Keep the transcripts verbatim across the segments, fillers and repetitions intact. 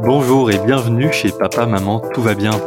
Bonjour et bienvenue chez Papa Maman Tout va bien.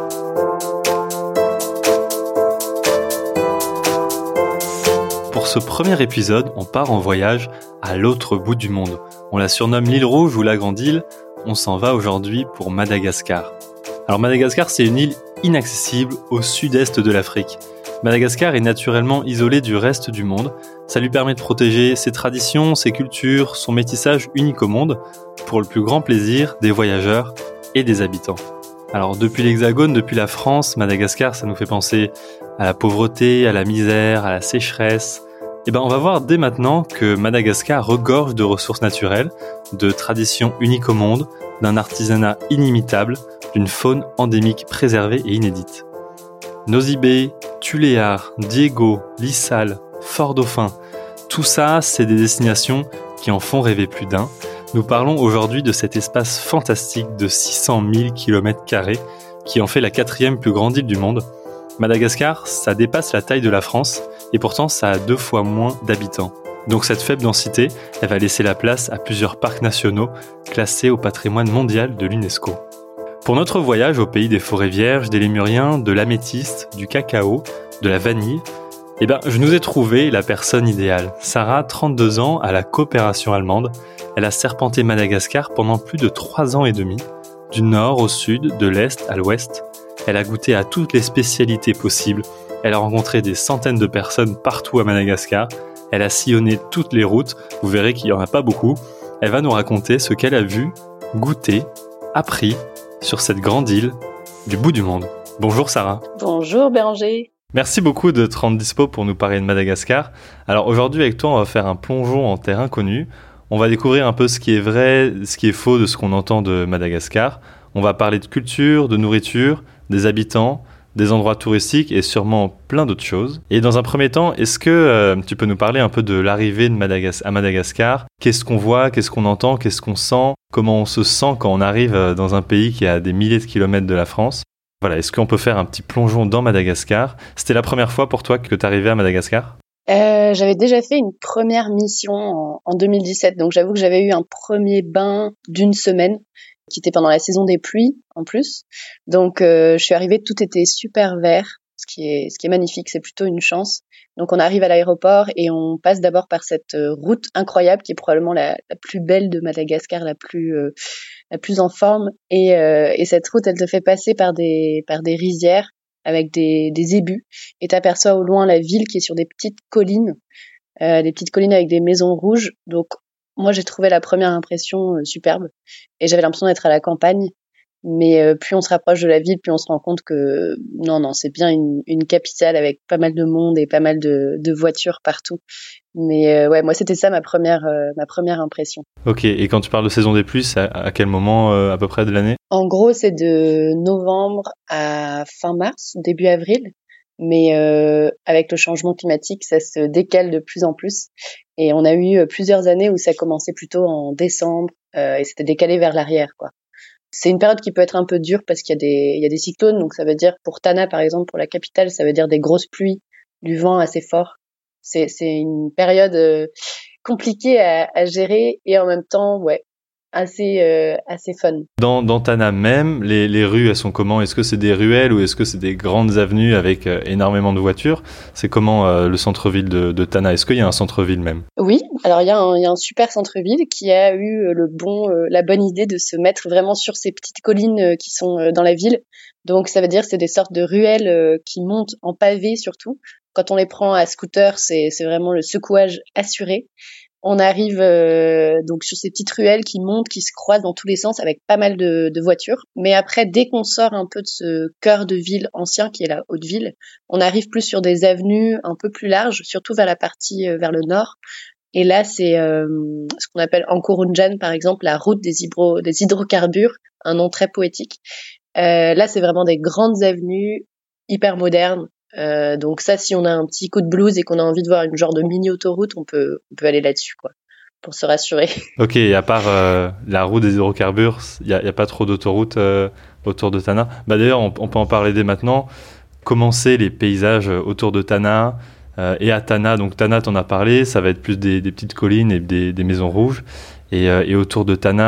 Pour ce premier épisode, on part en voyage à l'autre bout du monde. On la surnomme l'île Rouge ou la Grande Île. On s'en va aujourd'hui pour Madagascar. Alors Madagascar, c'est une île inaccessible au sud-est de l'Afrique. Madagascar est naturellement isolé du reste du monde. Ça lui permet de protéger ses traditions, ses cultures, son métissage unique au monde, pour le plus grand plaisir des voyageurs et des habitants. Alors depuis l'Hexagone, depuis la France, Madagascar, ça nous fait penser à la pauvreté, à la misère, à la sécheresse. Et ben on va voir dès maintenant que Madagascar regorge de ressources naturelles, de traditions uniques au monde, d'un artisanat inimitable, d'une faune endémique préservée et inédite. Nosy Be, Tuléar, Diego, Lissal, Fort-Dauphin, tout ça, c'est des destinations qui en font rêver plus d'un. Nous parlons aujourd'hui de cet espace fantastique de six cent mille kilomètres carrés qui en fait la quatrième plus grande île du monde. Madagascar, ça dépasse la taille de la France et pourtant ça a deux fois moins d'habitants. Donc cette faible densité, elle va laisser la place à plusieurs parcs nationaux classés au patrimoine mondial de l'UNESCO. Pour notre voyage au pays des forêts vierges, des lémuriens, de l'améthyste, du cacao, de la vanille, eh ben, je nous ai trouvé la personne idéale. Sarah, trente-deux ans, à la coopération allemande. Elle a serpenté Madagascar pendant plus de trois ans et demi, du nord au sud, de l'est à l'ouest. Elle a goûté à toutes les spécialités possibles. Elle a rencontré des centaines de personnes partout à Madagascar. Elle a sillonné toutes les routes. Vous verrez qu'il n'y en a pas beaucoup. Elle va nous raconter ce qu'elle a vu, goûté, appris sur cette grande île du bout du monde. Bonjour Sarah. Bonjour Béranger. Merci beaucoup de te rendre dispo pour nous parler de Madagascar. Alors aujourd'hui avec toi, on va faire un plongeon en terre inconnue. On va découvrir un peu ce qui est vrai, ce qui est faux de ce qu'on entend de Madagascar. On va parler de culture, de nourriture, des habitants, des endroits touristiques et sûrement plein d'autres choses. Et dans un premier temps, est-ce que euh, tu peux nous parler un peu de l'arrivée de Madagas- à Madagascar ? Qu'est-ce qu'on voit ? Qu'est-ce qu'on entend ? Qu'est-ce qu'on sent ? Comment on se sent quand on arrive dans un pays qui est à des milliers de kilomètres de la France ? Voilà, est-ce qu'on peut faire un petit plongeon dans Madagascar ? C'était la première fois pour toi que tu arrivais à Madagascar ? euh, J'avais déjà fait une première mission en, en deux mille dix-sept, donc j'avoue que j'avais eu un premier bain d'une semaine qui était pendant la saison des pluies en plus. Donc euh, je suis arrivée, tout était super vert, ce qui est ce qui est magnifique, c'est plutôt une chance. Donc on arrive à l'aéroport et on passe d'abord par cette euh, route incroyable qui est probablement la, la plus belle de Madagascar, la plus euh, la plus en forme. Et, euh, et cette route, elle te fait passer par des par des rizières avec des des ébus et t'aperçois au loin la ville qui est sur des petites collines, euh, des petites collines avec des maisons rouges. Donc moi, j'ai trouvé la première impression euh, superbe et j'avais l'impression d'être à la campagne. Mais euh, plus on se rapproche de la ville, plus on se rend compte que non, non, c'est bien une, une capitale avec pas mal de monde et pas mal de, de voitures partout. Mais euh, ouais, moi, c'était ça ma première, euh, ma première impression. Ok, et quand tu parles de saison des pluies, c'est à, à quel moment euh, à peu près de l'année ? En gros, c'est de novembre à fin mars, début avril. Mais euh, avec le changement climatique, ça se décale de plus en plus. Et on a eu plusieurs années où ça commençait plutôt en décembre euh, et c'était décalé vers l'arrière, quoi. C'est une période qui peut être un peu dure parce qu'il y a des, il y a des cyclones. Donc ça veut dire, pour Tana par exemple, pour la capitale, ça veut dire des grosses pluies, du vent assez fort. C'est, c'est une période euh, compliquée à, à gérer et en même temps, ouais, assez euh, assez fun. Dans, dans Tana même, les, les rues, elles sont comment ? Est-ce que c'est des ruelles ou est-ce que c'est des grandes avenues avec euh, énormément de voitures ? C'est comment euh, le centre-ville de, de Tana ? Est-ce qu'il y a un centre-ville même ? Oui, alors il y a un, il y a un super centre-ville qui a eu le bon, euh, la bonne idée de se mettre vraiment sur ces petites collines euh, qui sont euh, dans la ville. Donc ça veut dire que c'est des sortes de ruelles euh, qui montent en pavé surtout. Quand on les prend à scooter, c'est, c'est vraiment le secouage assuré. On arrive euh, donc sur ces petites ruelles qui montent, qui se croisent dans tous les sens avec pas mal de, de voitures. Mais après, dès qu'on sort un peu de ce cœur de ville ancien qui est la Haute-Ville, on arrive plus sur des avenues un peu plus larges, surtout vers la partie euh, vers le nord. Et là, c'est euh, ce qu'on appelle Ankorunjan, par exemple, la route des, hydro, des hydrocarbures, un nom très poétique. Euh, là, c'est vraiment des grandes avenues hyper modernes. Euh, donc ça, si on a un petit coup de blues et qu'on a envie de voir une genre de mini-autoroute, on peut, on peut aller là-dessus, quoi, pour se rassurer. Ok, et à part euh, la route des hydrocarbures, il n'y a, a pas trop d'autoroutes euh, autour de Tana. Bah, d'ailleurs, on, on peut en parler dès maintenant. Comment c'est les paysages autour de Tana euh, et à Tana ? Donc Tana, t'en as parlé, ça va être plus des, des petites collines et des, des maisons rouges. Et, euh, et autour de Tana,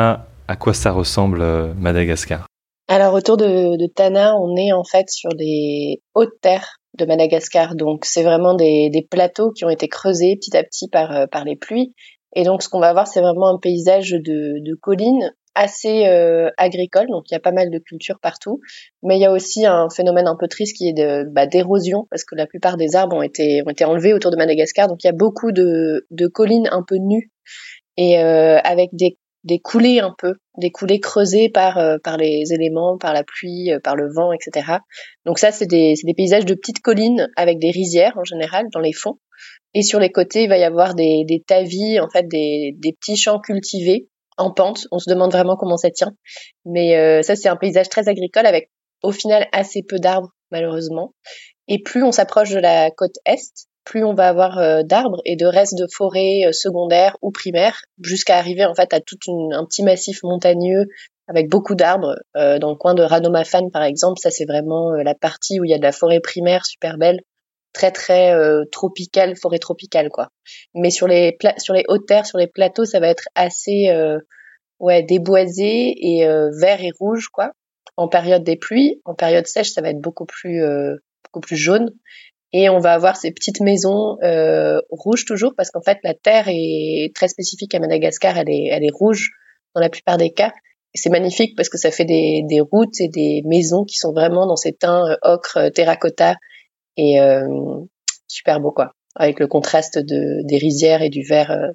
à quoi ça ressemble euh, Madagascar? Alors autour de, de Tana, on est en fait sur les hautes terres de Madagascar. Donc c'est vraiment des, des plateaux qui ont été creusés petit à petit par, euh, par les pluies. Et donc ce qu'on va voir, c'est vraiment un paysage de, de collines assez euh, agricole. Donc il y a pas mal de cultures partout. Mais il y a aussi un phénomène un peu triste qui est de, bah, d'érosion, parce que la plupart des arbres ont été, ont été enlevés autour de Madagascar. Donc il y a beaucoup de, de collines un peu nues et euh, avec des des coulées un peu, des coulées creusées par euh, par les éléments, par la pluie, euh, par le vent, et cetera. Donc ça, c'est des c'est des paysages de petites collines avec des rizières en général dans les fonds. Et sur les côtés, il va y avoir des des tavis, en fait, des des petits champs cultivés en pente. On se demande vraiment comment ça tient. Mais euh, ça, c'est un paysage très agricole avec au final assez peu d'arbres malheureusement. Et plus on s'approche de la côte est, plus on va avoir euh, d'arbres et de restes de forêts euh, secondaires ou primaires, jusqu'à arriver en fait à tout une, un petit massif montagneux avec beaucoup d'arbres. Euh, dans le coin de Ranomafan par exemple, ça c'est vraiment euh, la partie où il y a de la forêt primaire super belle, très très euh, tropicale, forêt tropicale quoi. Mais sur les pla- sur les hautes terres, sur les plateaux, ça va être assez euh, ouais déboisé et euh, vert et rouge quoi. En période des pluies, en période sèche, ça va être beaucoup plus euh, beaucoup plus jaune. Et on va avoir ces petites maisons euh, rouges toujours, parce qu'en fait la terre est très spécifique à Madagascar, elle est, elle est rouge dans la plupart des cas. Et c'est magnifique parce que ça fait des, des routes et des maisons qui sont vraiment dans ces teints euh, ocre, euh, terracotta et euh, super beau quoi, avec le contraste de, des rizières et du vert euh,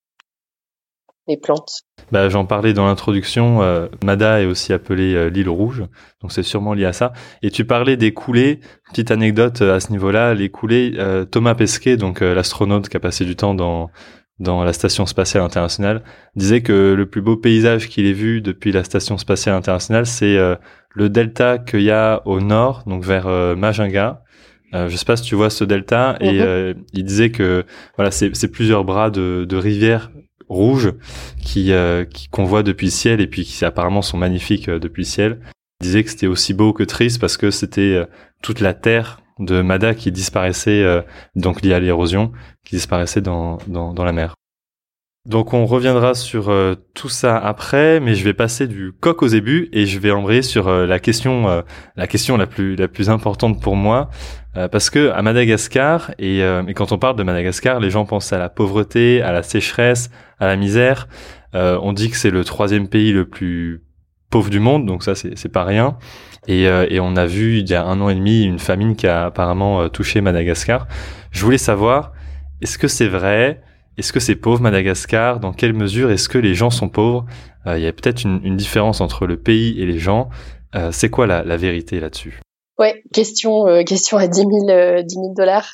des plantes. Bah, j'en parlais dans l'introduction, euh, Mada est aussi appelée euh, l'île rouge, donc c'est sûrement lié à ça. Et tu parlais des coulées, petite anecdote euh, à ce niveau-là, les coulées, euh, Thomas Pesquet, donc euh, l'astronaute qui a passé du temps dans dans la station spatiale internationale, disait que le plus beau paysage qu'il ait vu depuis la station spatiale internationale, c'est euh, le delta qu'il y a au nord, donc vers euh, Majinga. Euh, je sais pas si tu vois ce delta, et Mm-hmm. euh, il disait que voilà, c'est c'est plusieurs bras de de rivières rouges qui euh, qui qu'on voit depuis le ciel et puis qui apparemment sont magnifiques euh, depuis le ciel. Il disait que c'était aussi beau que triste parce que c'était euh, toute la terre de Mada qui disparaissait, euh, donc liée à l'érosion, qui disparaissait dans dans dans la mer. Donc on reviendra sur euh, tout ça après, mais je vais passer du coq aux ébus et je vais embrayer sur euh, la question euh, la question la plus la plus importante pour moi, euh, parce que à Madagascar et, euh, et quand on parle de Madagascar, les gens pensent à la pauvreté, à la sécheresse, à la misère. Euh, on dit que c'est le troisième pays le plus pauvre du monde, donc ça c'est c'est pas rien. Et, euh, et on a vu il y a un an et demi une famine qui a apparemment euh, touché Madagascar. Je voulais savoir, est-ce que c'est vrai? Est-ce que c'est pauvre Madagascar? Dans quelle mesure est-ce que les gens sont pauvres? Euh, il y a peut-être une, une différence entre le pays et les gens. Euh, c'est quoi la, la vérité là-dessus? Ouais, question, euh, question à dix mille, euh, dix mille dollars.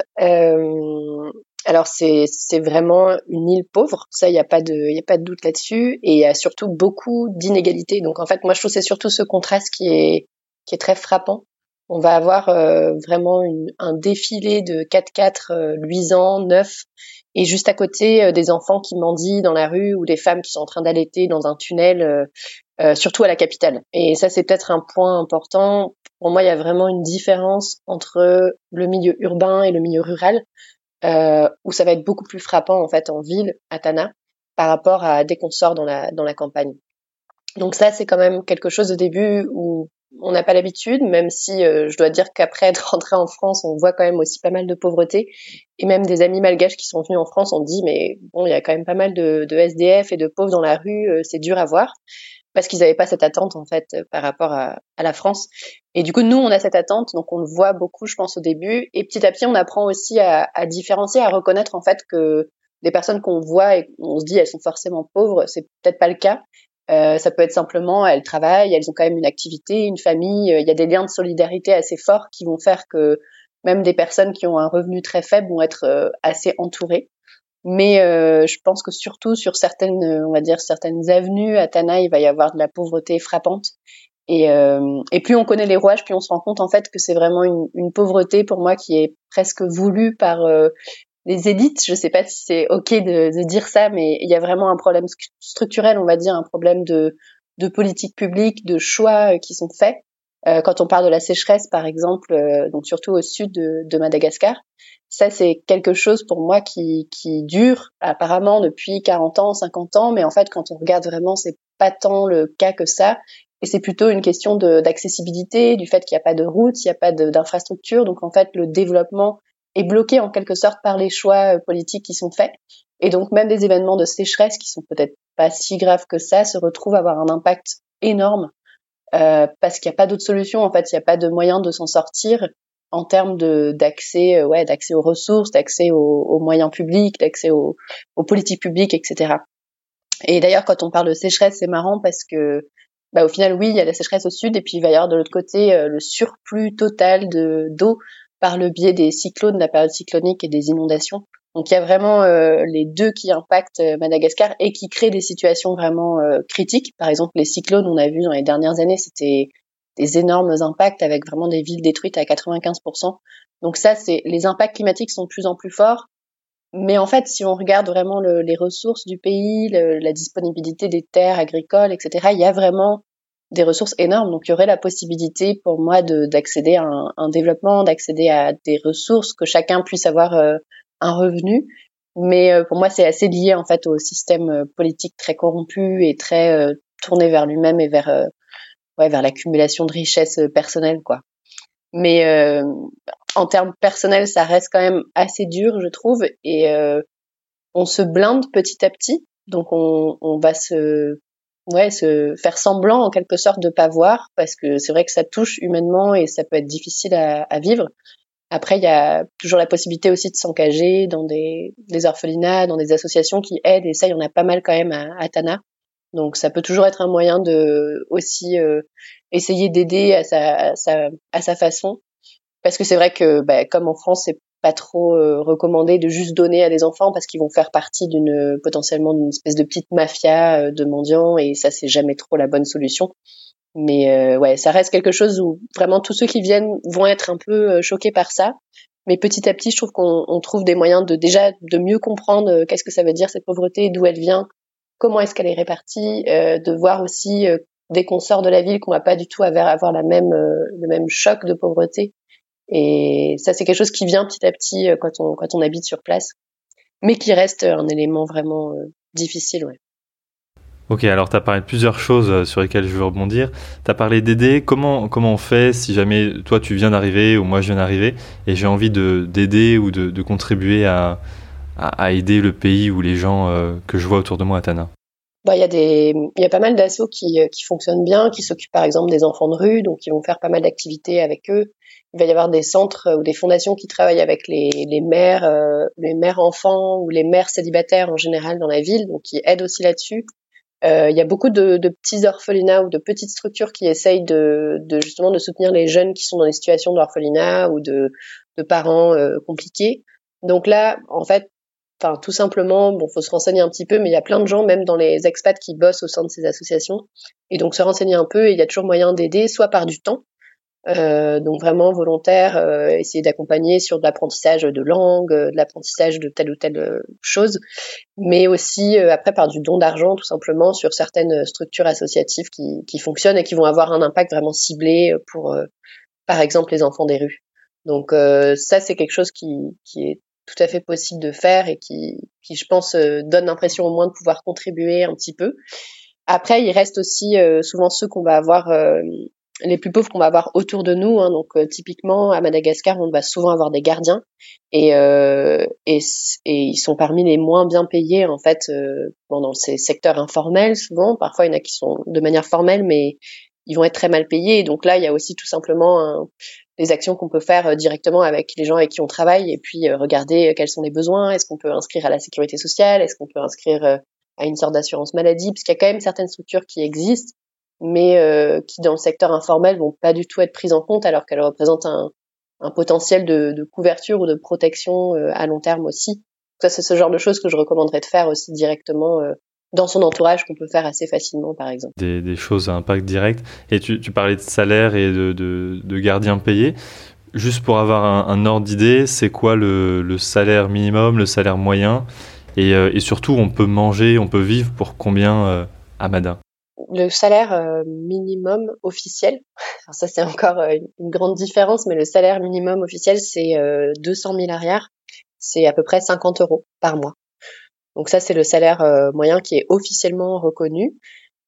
Euh, alors c'est, c'est vraiment une île pauvre, ça il y a pas de, il y a pas de doute là-dessus, et il y a surtout beaucoup d'inégalités. Donc en fait, moi je trouve que c'est surtout ce contraste qui est, qui est très frappant. On va avoir euh, vraiment une, un défilé de quatre-quatre euh, luisants, neufs, et juste à côté euh, des enfants qui mendient dans la rue ou des femmes qui sont en train d'allaiter dans un tunnel, euh, euh, surtout à la capitale. Et ça c'est peut-être un point important. Pour moi, il y a vraiment une différence entre le milieu urbain et le milieu rural, euh, où ça va être beaucoup plus frappant en fait en ville, à Tana, par rapport à dès qu'on sort dans la dans la campagne. Donc ça, c'est quand même quelque chose au début où on n'a pas l'habitude, même si euh, je dois dire qu'après être rentré en France, on voit quand même aussi pas mal de pauvreté. Et même des amis malgaches qui sont venus en France ont dit, mais bon, il y a quand même pas mal de, de S D F et de pauvres dans la rue, euh, c'est dur à voir. Parce qu'ils n'avaient pas cette attente en fait par rapport à, à la France. Et du coup, nous, on a cette attente, donc on le voit beaucoup, je pense, au début. Et petit à petit, on apprend aussi à, à différencier, à reconnaître en fait que des personnes qu'on voit et on se dit elles sont forcément pauvres, c'est peut-être pas le cas. Euh, ça peut être simplement elles travaillent, elles ont quand même une activité, une famille. Il y a des liens de solidarité assez forts qui vont faire que même des personnes qui ont un revenu très faible vont être euh, assez entourées. Mais euh, je pense que surtout sur certaines, on va dire certaines avenues à Tana, il va y avoir de la pauvreté frappante. Et, euh, et plus on connaît les rouages, plus on se rend compte en fait que c'est vraiment une, une pauvreté pour moi qui est presque voulue par euh, les élites. Je sais pas si c'est ok de, de dire ça, mais il y a vraiment un problème structurel, on va dire, un problème de, de politique publique, de choix qui sont faits. Euh, quand on parle de la sécheresse, par exemple, euh, donc surtout au sud de, de Madagascar, ça c'est quelque chose pour moi qui, qui dure apparemment depuis quarante ans, cinquante ans, mais en fait quand on regarde vraiment, c'est pas tant le cas que ça. Et c'est plutôt une question de, d'accessibilité, du fait qu'il n'y a pas de route, il n'y a pas de, d'infrastructure. Donc, en fait, le développement est bloqué en quelque sorte par les choix euh, politiques qui sont faits. Et donc, même des événements de sécheresse qui sont peut-être pas si graves que ça se retrouvent à avoir un impact énorme euh, parce qu'il n'y a pas d'autre solution. En fait, il n'y a pas de moyen de s'en sortir en termes de, d'accès, euh, ouais, d'accès aux ressources, d'accès aux, aux moyens publics, d'accès aux, aux politiques publiques, et cetera. Et d'ailleurs, quand on parle de sécheresse, c'est marrant parce que bah, au final, oui, il y a la sécheresse au sud, et puis il va y avoir de l'autre côté euh, le surplus total de d'eau par le biais des cyclones, de la période cyclonique et des inondations. Donc il y a vraiment euh, les deux qui impactent euh, Madagascar et qui créent des situations vraiment euh, critiques. Par exemple, les cyclones, on a vu dans les dernières années, c'était des énormes impacts avec vraiment des villes détruites à quatre-vingt-quinze pour cent. Donc ça, c'est les impacts climatiques sont de plus en plus forts. Mais en fait, si on regarde vraiment le, les ressources du pays, le, la disponibilité des terres agricoles, et cetera, il y a vraiment des ressources énormes. Donc, il y aurait la possibilité pour moi de, d'accéder à un, un développement, d'accéder à des ressources, que chacun puisse avoir euh, un revenu. Mais euh, pour moi, c'est assez lié en fait au système euh, politique très corrompu et très euh, tourné vers lui-même et vers euh, ouais vers l'accumulation de richesses euh, personnelles, quoi. Mais euh, en termes personnels, ça reste quand même assez dur, je trouve, et euh, on se blinde petit à petit, donc on, on va se, ouais, se faire semblant en quelque sorte de pas voir, parce que c'est vrai que ça touche humainement et ça peut être difficile à, à vivre. Après, il y a toujours la possibilité aussi de s'engager dans des, des orphelinats, dans des associations qui aident, et ça, il y en a pas mal quand même à, à Tana. Donc ça peut toujours être un moyen de aussi euh, essayer d'aider à sa, à sa, à sa façon. Parce que c'est vrai que, bah, comme en France, c'est pas trop euh, recommandé de juste donner à des enfants parce qu'ils vont faire partie d'une potentiellement d'une espèce de petite mafia euh, de mendiants, et ça c'est jamais trop la bonne solution. Mais euh, ouais, ça reste quelque chose où vraiment tous ceux qui viennent vont être un peu euh, choqués par ça. Mais petit à petit, je trouve qu'on on trouve des moyens de déjà de mieux comprendre euh, qu'est-ce que ça veut dire cette pauvreté, d'où elle vient, comment est-ce qu'elle est répartie, euh, de voir aussi euh, dès qu'on sort de la ville qu'on va pas du tout avoir, avoir la même euh, le même choc de pauvreté. Et ça, c'est quelque chose qui vient petit à petit euh, quand on quand on habite sur place, mais qui reste un élément vraiment euh, difficile, ouais. Ok, alors tu as parlé de plusieurs choses euh, sur lesquelles je veux rebondir. Tu as parlé d'aider. Comment, comment on fait si jamais toi tu viens d'arriver ou moi je viens d'arriver et j'ai envie de, d'aider ou de, de contribuer à, à, à aider le pays ou les gens euh, que je vois autour de moi à Tana? Bah, il y a des, il y a pas mal d'assos qui, euh, qui fonctionnent bien, qui s'occupent par exemple des enfants de rue, donc ils vont faire pas mal d'activités avec eux. Il va y avoir des centres euh, ou des fondations qui travaillent avec les, les mères, euh, les mères enfants ou les mères célibataires en général dans la ville, donc qui aident aussi là-dessus. Euh, il y a beaucoup de, de petits orphelinats ou de petites structures qui essayent de, de justement de soutenir les jeunes qui sont dans des situations d'orphelinat ou de, de parents euh, compliqués. Donc là, en fait, enfin tout simplement, bon, faut se renseigner un petit peu, mais il y a plein de gens, même dans les expats, qui bossent au sein de ces associations, et donc se renseigner un peu. Et il y a toujours moyen d'aider, soit par du temps. Euh, donc vraiment volontaire, euh, essayer d'accompagner sur de l'apprentissage de langue, de l'apprentissage de telle ou telle euh, chose, mais aussi euh, après par du don d'argent tout simplement sur certaines structures associatives qui, qui fonctionnent et qui vont avoir un impact vraiment ciblé pour, euh, par exemple, les enfants des rues. Donc euh, ça, c'est quelque chose qui, qui est tout à fait possible de faire et qui, qui je pense, euh, donne l'impression au moins de pouvoir contribuer un petit peu. Après, il reste aussi euh, souvent ceux qu'on va avoir... Euh, les plus pauvres qu'on va avoir autour de nous, hein. Donc euh, typiquement à Madagascar, on va souvent avoir des gardiens, et, euh, et et ils sont parmi les moins bien payés en fait euh, bon, dans ces secteurs informels souvent. Parfois il y en a qui sont de manière formelle, mais ils vont être très mal payés. Et donc là, il y a aussi tout simplement un, des actions qu'on peut faire euh, directement avec les gens avec qui on travaille, et puis euh, regarder quels sont les besoins. Est-ce qu'on peut inscrire à la sécurité sociale? Est-ce qu'on peut inscrire euh, à une sorte d'assurance maladie? Parce qu'il y a quand même certaines structures qui existent, mais euh, qui dans le secteur informel vont pas du tout être prises en compte, alors qu'elles représentent un, un potentiel de, de couverture ou de protection euh, à long terme aussi. Ça, c'est ce genre de choses que je recommanderais de faire aussi directement euh, dans son entourage, qu'on peut faire assez facilement, par exemple. Des, des choses à impact direct. Et tu, tu parlais de salaire et de, de, de gardiens payés. Juste pour avoir un, un ordre d'idée, c'est quoi le, le salaire minimum, le salaire moyen, et, euh, et surtout, on peut manger, on peut vivre pour combien euh, à Mada? Le salaire euh, minimum officiel, alors ça c'est encore euh, une grande différence, mais le salaire minimum officiel c'est euh, deux cent mille arrières, c'est à peu près cinquante euros par mois. Donc ça c'est le salaire euh, moyen qui est officiellement reconnu.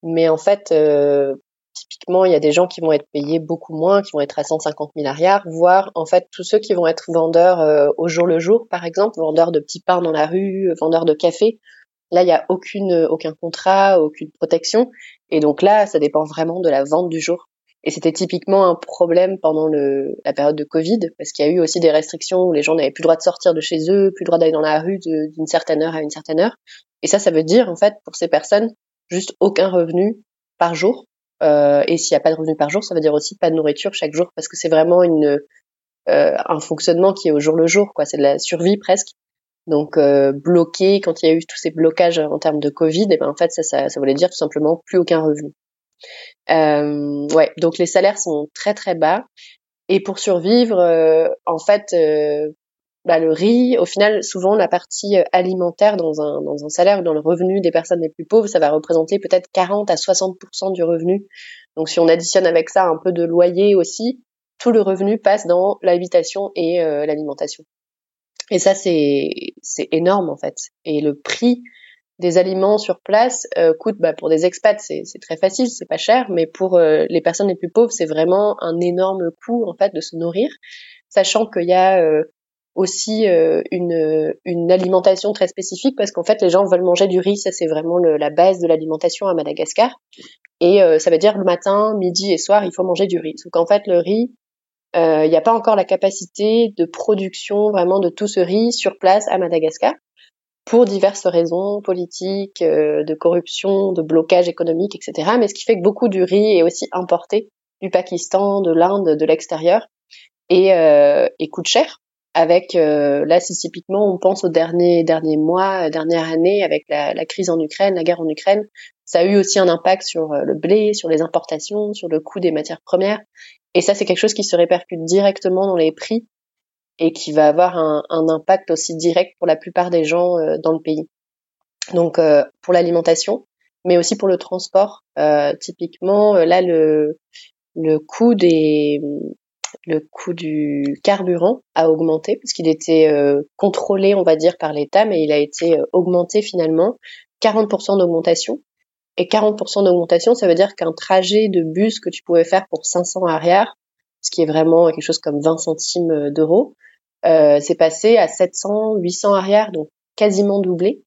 Mais en fait, euh, typiquement, il y a des gens qui vont être payés beaucoup moins, qui vont être à cent cinquante mille arrière, voire en fait tous ceux qui vont être vendeurs euh, au jour le jour, par exemple, vendeurs de petits pains dans la rue, vendeurs de café. Là, il y a aucune, aucun contrat, aucune protection, et donc là, ça dépend vraiment de la vente du jour. Et c'était typiquement un problème pendant le, la période de Covid, parce qu'il y a eu aussi des restrictions où les gens n'avaient plus le droit de sortir de chez eux, plus le droit d'aller dans la rue de, d'une certaine heure à une certaine heure. Et ça, ça veut dire en fait pour ces personnes juste aucun revenu par jour. Euh, et s'il n'y a pas de revenu par jour, ça veut dire aussi pas de nourriture chaque jour, parce que c'est vraiment une euh, un fonctionnement qui est au jour le jour, quoi. C'est de la survie presque. Donc euh, bloqué quand il y a eu tous ces blocages en termes de Covid, et ben en fait ça, ça, ça voulait dire tout simplement plus aucun revenu. Euh, ouais, donc les salaires sont très très bas. Et pour survivre, euh, en fait, euh, bah, le riz, au final, souvent la partie alimentaire dans un dans un salaire ou dans le revenu des personnes les plus pauvres, ça va représenter peut-être quarante à soixante pour cent du revenu. Donc si on additionne avec ça un peu de loyer aussi, tout le revenu passe dans l'habitation et euh, l'alimentation. Et ça, c'est c'est énorme en fait. Et le prix des aliments sur place euh, coûte, bah, pour des expats, c'est c'est très facile, c'est pas cher, mais pour euh, les personnes les plus pauvres, c'est vraiment un énorme coût en fait de se nourrir, sachant qu'il y a euh, aussi euh, une une alimentation très spécifique, parce qu'en fait les gens veulent manger du riz, ça c'est vraiment le, la base de l'alimentation à Madagascar, et euh, ça veut dire le matin, midi et soir, il faut manger du riz. Sauf qu'en fait le riz, il euh, n'y a pas encore la capacité de production vraiment de tout ce riz sur place à Madagascar, pour diverses raisons politiques, euh, de corruption, de blocage économique, et cetera. Mais ce qui fait que beaucoup du riz est aussi importé du Pakistan, de l'Inde, de l'extérieur, et, euh, et coûte cher. Avec euh, là, si typiquement on pense aux derniers derniers mois, dernière année, avec la, la crise en Ukraine, la guerre en Ukraine, ça a eu aussi un impact sur le blé, sur les importations, sur le coût des matières premières. Et ça, c'est quelque chose qui se répercute directement dans les prix, et qui va avoir un, un impact aussi direct pour la plupart des gens euh, dans le pays. Donc euh, pour l'alimentation, mais aussi pour le transport. Euh, typiquement, euh, là le le coût des le coût du carburant a augmenté, parce qu'il était euh, contrôlé, on va dire, par l'État, mais il a été euh, augmenté finalement, quarante pour cent d'augmentation. Et quarante pour cent d'augmentation, ça veut dire qu'un trajet de bus que tu pouvais faire pour cinq cents arrières, ce qui est vraiment quelque chose comme vingt centimes d'euros, Euh, c'est passé à sept cents, huit cents arrière, donc quasiment doublé.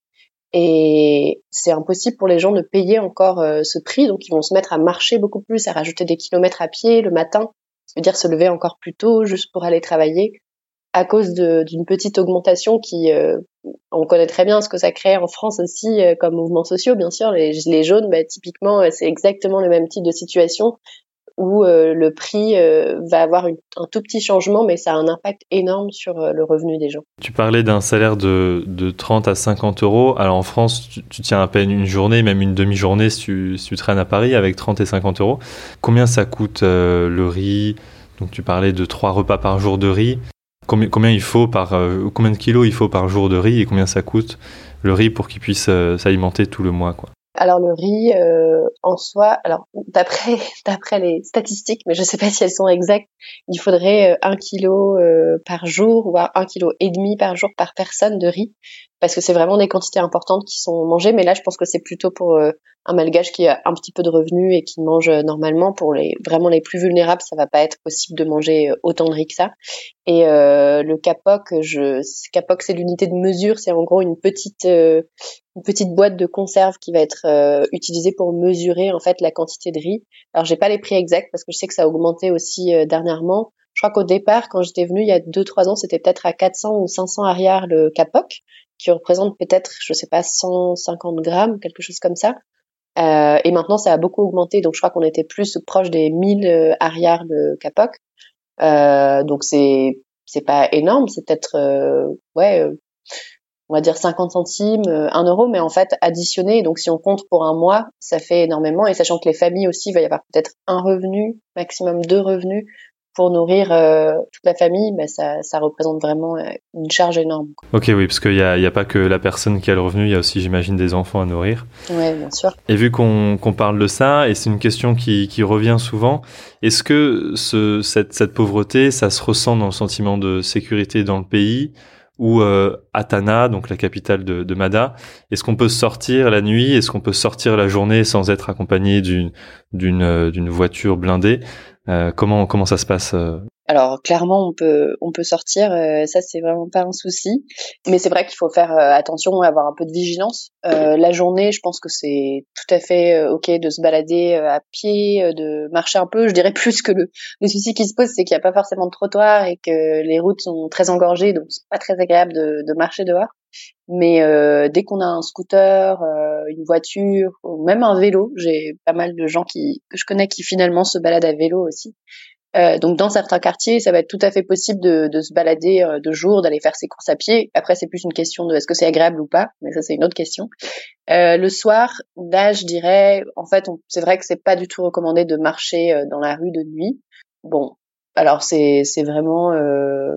Et c'est impossible pour les gens de payer encore euh, ce prix, donc ils vont se mettre à marcher beaucoup plus, à rajouter des kilomètres à pied le matin, ça veut dire se lever encore plus tôt juste pour aller travailler, à cause de, d'une petite augmentation qui, euh, on connaît très bien ce que ça crée en France aussi euh, comme mouvements sociaux, bien sûr. Les gilets jaunes, bah, typiquement, c'est exactement le même type de situation, où euh, le prix euh, va avoir une, un tout petit changement, mais ça a un impact énorme sur euh, le revenu des gens. Tu parlais d'un salaire de, de trente à cinquante euros. Alors en France, tu, tu tiens à peine une journée, même une demi-journée si tu, si tu traînes à Paris avec trente et cinquante euros. Combien ça coûte euh, le riz? Donc tu parlais de trois repas par jour de riz. Combien, combien il faut par euh, combien de kilos il faut par jour de riz, et combien ça coûte le riz pour qu'il puisse euh, s'alimenter tout le mois, quoi? Alors le riz euh, en soi, alors d'après d'après les statistiques, mais je sais pas si elles sont exactes, il faudrait euh, un kilo euh, par jour, voire un kilo et demi par jour par personne de riz, parce que c'est vraiment des quantités importantes qui sont mangées. Mais là, je pense que c'est plutôt pour euh, un malgache qui a un petit peu de revenus et qui mange euh, normalement. Pour les vraiment les plus vulnérables, ça va pas être possible de manger euh, autant de riz que ça. Et euh, le kapok, je kapok, c'est l'unité de mesure, c'est en gros une petite euh, une petite boîte de conserve qui va être euh, utilisée pour mesurer en fait la quantité de riz. Alors j'ai pas les prix exacts parce que je sais que ça a augmenté aussi euh, dernièrement. Je crois qu'au départ, quand j'étais venue il y a deux trois ans, c'était peut-être à quatre cents ou cinq cents arrière le kapok, qui représente peut-être, je sais pas, cent cinquante grammes, quelque chose comme ça. Euh, et maintenant, ça a beaucoup augmenté, donc je crois qu'on était plus proche des mille euh, arrière le kapok. Euh, donc c'est c'est pas énorme, c'est peut-être euh, ouais. Euh, on va dire cinquante centimes, un euro, mais en fait additionné, donc si on compte pour un mois, ça fait énormément, et sachant que les familles aussi, il va y avoir peut-être un revenu, maximum deux revenus pour nourrir euh, toute la famille, bah ça, ça représente vraiment une charge énorme. Ok, oui, parce qu'il n'y a, il y a pas que la personne qui a le revenu, il y a aussi, j'imagine, des enfants à nourrir. Oui, bien sûr. Et vu qu'on, qu'on parle de ça, et c'est une question qui, qui revient souvent, est-ce que ce, cette, cette pauvreté, ça se ressent dans le sentiment de sécurité dans le pays, ou euh, à Tana, donc la capitale de, de Mada. Est-ce qu'on peut sortir la nuit? Est-ce qu'on peut sortir la journée sans être accompagné d'une d'une euh, d'une voiture blindée? euh, Comment comment ça se passe euh Alors clairement on peut on peut sortir, euh, ça c'est vraiment pas un souci, mais c'est vrai qu'il faut faire euh, attention et avoir un peu de vigilance. Euh, la journée, je pense que c'est tout à fait euh, ok de se balader euh, à pied, euh, de marcher un peu. Je dirais plus que le, le souci qui se pose, c'est qu'il n'y a pas forcément de trottoir et que les routes sont très engorgées, donc c'est pas très agréable de, de marcher dehors. Mais euh, dès qu'on a un scooter, euh, une voiture, ou même un vélo, j'ai pas mal de gens qui que je connais qui finalement se baladent à vélo aussi. Euh, donc dans certains quartiers, ça va être tout à fait possible de, de se balader euh, de jour, d'aller faire ses courses à pied. Après, c'est plus une question de est-ce que c'est agréable ou pas, mais ça c'est une autre question. Euh, le soir, là, je dirais, en fait, on, c'est vrai que c'est pas du tout recommandé de marcher euh, dans la rue de nuit. Bon, alors c'est c'est vraiment euh,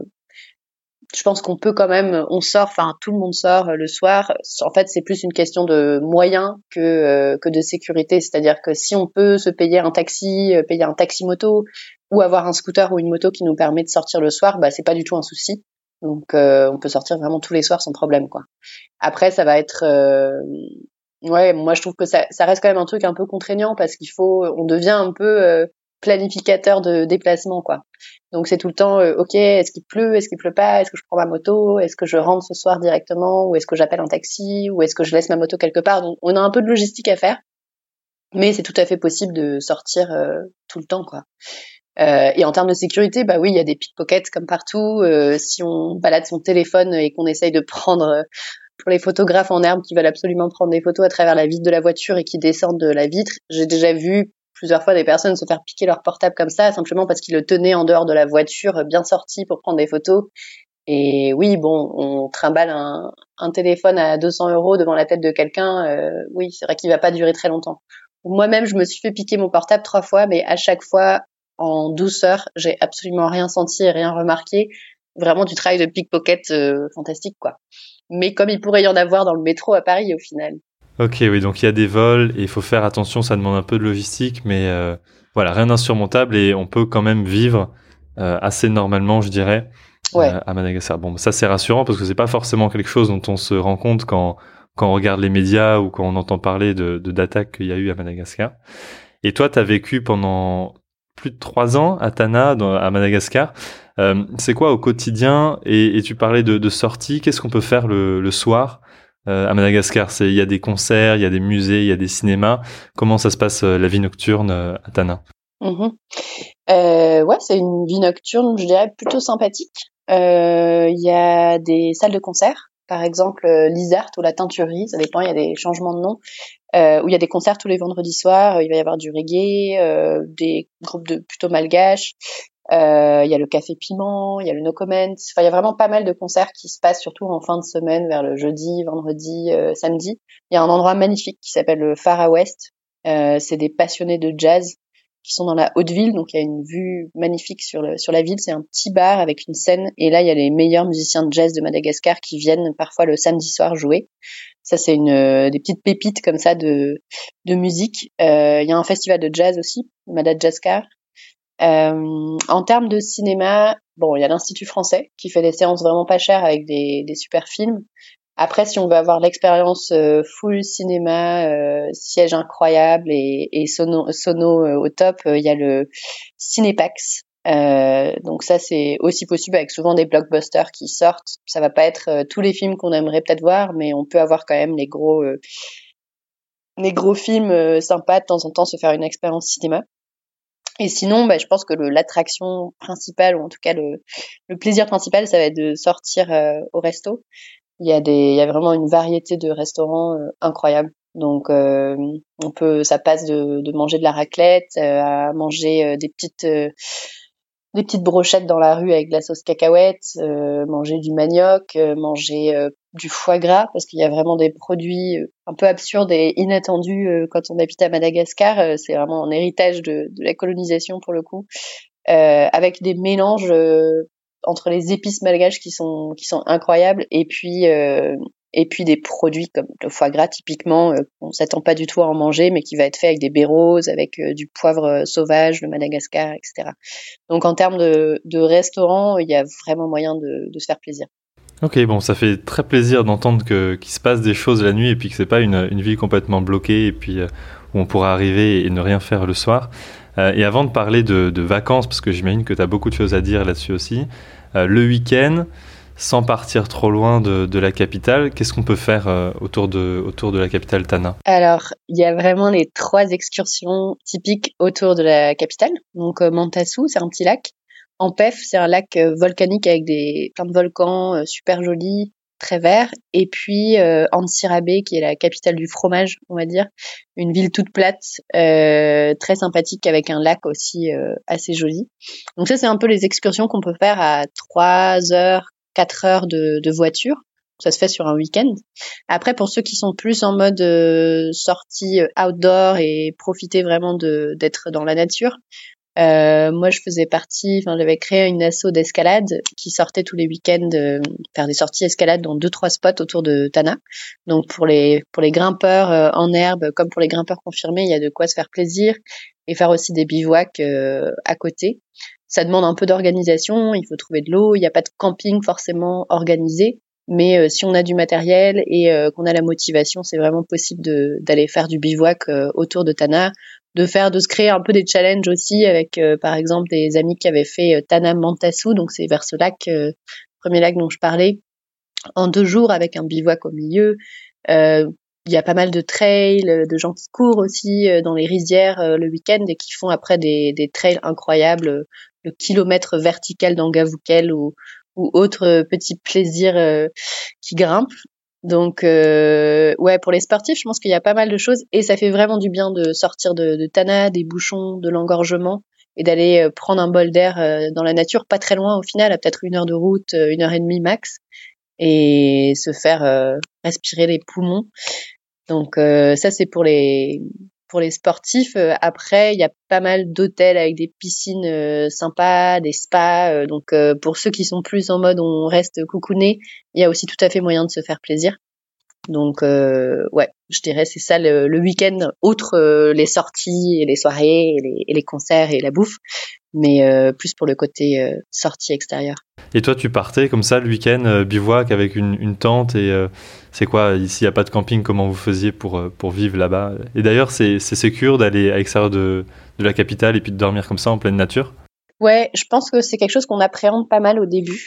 je pense qu'on peut quand même, on sort, enfin tout le monde sort euh, le soir. En fait, c'est plus une question de moyens que euh, que de sécurité. C'est-à-dire que si on peut se payer un taxi, euh, payer un taxi moto, ou avoir un scooter ou une moto qui nous permet de sortir le soir, bah c'est pas du tout un souci. Donc euh, on peut sortir vraiment tous les soirs sans problème, quoi. Après, ça va être, euh, ouais, moi je trouve que ça, ça reste quand même un truc un peu contraignant parce qu'il faut, on devient un peu euh, planificateur de déplacement, quoi. Donc c'est tout le temps, euh, ok, est-ce qu'il pleut, est-ce qu'il pleut pas, est-ce que je prends ma moto, est-ce que je rentre ce soir directement, ou est-ce que j'appelle un taxi, ou est-ce que je laisse ma moto quelque part. Donc on a un peu de logistique à faire, mais c'est tout à fait possible de sortir euh, tout le temps, quoi. Euh, et en termes de sécurité, bah oui, il y a des pickpockets comme partout. Euh, si on balade son téléphone et qu'on essaye de prendre, euh, pour les photographes en herbe qui veulent absolument prendre des photos à travers la vitre de la voiture et qui descendent de la vitre, j'ai déjà vu plusieurs fois des personnes se faire piquer leur portable comme ça, simplement parce qu'ils le tenaient en dehors de la voiture, bien sorti pour prendre des photos. Et oui, bon, on trimballe un, un téléphone à deux cents euros devant la tête de quelqu'un, euh, oui, c'est vrai qu'il va pas durer très longtemps. Moi-même, je me suis fait piquer mon portable trois fois, mais à chaque fois, en douceur, j'ai absolument rien senti et rien remarqué. Vraiment du travail de pickpocket euh, fantastique, quoi. Mais comme il pourrait y en avoir dans le métro à Paris, au final. Ok, oui, donc il y a des vols et il faut faire attention, ça demande un peu de logistique, mais euh, voilà, rien d'insurmontable et on peut quand même vivre euh, assez normalement, je dirais, Ouais. euh, à Madagascar. Bon, ça c'est rassurant parce que c'est pas forcément quelque chose dont on se rend compte quand quand on regarde les médias ou quand on entend parler de de d'attaques qu'il y a eu à Madagascar. Et toi, tu as vécu pendant plus de trois ans à Tana, dans, à Madagascar. Euh, c'est quoi au quotidien? Et, et tu parlais de, de sorties. Qu'est-ce qu'on peut faire le, le soir euh, à Madagascar? C'est, il y a des concerts, il y a des musées, il y a des cinémas. Comment ça se passe euh, la vie nocturne euh, à Tana? Mmh. Euh, ouais, c'est une vie nocturne, je dirais, plutôt sympathique. Euh, Il y a des salles de concert, par exemple euh, l'Isart ou la Teinturerie, ça dépend, il y a des changements de nom, euh, où il y a des concerts tous les vendredis soirs, il va y avoir du reggae, euh, des groupes de plutôt malgaches, euh, il y a le Café Piment, il y a le No Comment, enfin il y a vraiment pas mal de concerts qui se passent surtout en fin de semaine, vers le jeudi, vendredi, euh, samedi. Il y a un endroit magnifique qui s'appelle le Far West, euh, c'est des passionnés de jazz qui sont dans la Haute-Ville, donc il y a une vue magnifique sur le sur la ville. C'est un petit bar avec une scène, et là il y a les meilleurs musiciens de jazz de Madagascar qui viennent parfois le samedi soir jouer. Ça c'est une euh, des petites pépites comme ça de de musique. Euh, Il y a un festival de jazz aussi, Madagascar. Euh, en termes de cinéma, bon, il y a l'Institut français qui fait des séances vraiment pas chères avec des des super films. Après, si on veut avoir l'expérience euh, full cinéma, euh, siège incroyable et, et sono, sono euh, au top, il euh, y a le Cinépax. Euh, donc ça, c'est aussi possible avec souvent des blockbusters qui sortent. Ça va pas être euh, tous les films qu'on aimerait peut-être voir, mais on peut avoir quand même les gros, euh, les gros films euh, sympas de temps en temps, se faire une expérience cinéma. Et sinon, bah, je pense que le, l'attraction principale, ou en tout cas le, le plaisir principal, ça va être de sortir euh, au resto. Il y a des, il y a vraiment une variété de restaurants euh, incroyables. Donc, euh, on peut, ça passe de, de manger de la raclette euh, à manger euh, des petites, euh, des petites brochettes dans la rue avec de la sauce cacahuète, euh, manger du manioc, euh, manger euh, du foie gras, parce qu'il y a vraiment des produits euh, un peu absurdes et inattendus euh, quand on habite à Madagascar. Euh, c'est vraiment un héritage de, de la colonisation pour le coup, euh, avec des mélanges euh, entre les épices malgaches qui sont qui sont incroyables, et puis euh, et puis des produits comme le foie gras typiquement, euh, on s'attend pas du tout à en manger, mais qui va être fait avec des béroses, avec euh, du poivre euh, sauvage, le Madagascar, et cetera. Donc en termes de, de restaurants, il y a vraiment moyen de, de se faire plaisir. Ok, bon, ça fait très plaisir d'entendre que, qu'il se passe des choses la nuit et puis que c'est pas une, une ville complètement bloquée et puis euh, où on pourra arriver et ne rien faire le soir. Euh, et avant de parler de, de vacances, parce que j'imagine que tu as beaucoup de choses à dire là-dessus aussi, euh, le week-end, sans partir trop loin de, de la capitale, qu'est-ce qu'on peut faire euh, autour, de, autour de la capitale Tana? Alors, il y a vraiment les trois excursions typiques autour de la capitale. Donc, euh, Mantassou, c'est un petit lac. Ampef, c'est un lac euh, volcanique avec des plein de volcans euh, super jolis, très verts. Et puis euh, Antsirabe, qui est la capitale du fromage, on va dire, une ville toute plate, euh, très sympathique avec un lac aussi euh, assez joli. Donc ça, c'est un peu les excursions qu'on peut faire à trois heures, quatre heures de, de voiture. Ça se fait sur un week-end. Après, pour ceux qui sont plus en mode euh, sortie euh, outdoor et profiter vraiment de d'être dans la nature, Euh, moi, je faisais partie, enfin, j'avais créé une asso d'escalade qui sortait tous les week-ends euh, faire des sorties escalade dans deux, trois spots autour de Tana. Donc, pour les, pour les grimpeurs euh, en herbe, comme pour les grimpeurs confirmés, il y a de quoi se faire plaisir et faire aussi des bivouacs euh, à côté. Ça demande un peu d'organisation, il faut trouver de l'eau, il n'y a pas de camping forcément organisé. Mais euh, si on a du matériel et euh, qu'on a la motivation, c'est vraiment possible de, d'aller faire du bivouac euh, autour de Tana, de faire, de se créer un peu des challenges aussi avec, euh, par exemple, des amis qui avaient fait euh, Tana Mantassou, donc c'est vers ce lac, euh, premier lac dont je parlais, en deux jours avec un bivouac au milieu. Euh, Il y a pas mal de trails, de gens qui courent aussi euh, dans les rizières euh, le week-end et qui font après des, des trails incroyables, euh, le kilomètre vertical d'Angavoukel ou ou autres petits plaisirs euh, qui grimpent. Donc euh, ouais, pour les sportifs, je pense qu'il y a pas mal de choses et ça fait vraiment du bien de sortir de, de Tana, des bouchons, de l'engorgement et d'aller euh, prendre un bol d'air euh, dans la nature, pas très loin au final, à peut-être une heure de route, euh, une heure et demie max, et se faire euh, respirer les poumons. Donc euh, ça c'est pour les pour les sportifs. Euh, après, il y a pas mal d'hôtels avec des piscines euh, sympas, des spas. Euh, donc euh, pour ceux qui sont plus en mode on reste coucouné, il y a aussi tout à fait moyen de se faire plaisir. Donc euh, ouais, je dirais c'est ça le, le week-end, outre euh, les sorties et les soirées et les, et les concerts et la bouffe, mais euh, plus pour le côté euh, sortie extérieure. Et toi, tu partais comme ça le week-end, euh, bivouac avec une, une tente et euh, c'est quoi, ici il n'y a pas de camping, comment vous faisiez pour, euh, pour vivre là-bas? Et d'ailleurs, c'est, c'est sécure d'aller à l'extérieur de, de la capitale et puis de dormir comme ça en pleine nature? Ouais, je pense que c'est quelque chose qu'on appréhende pas mal au début.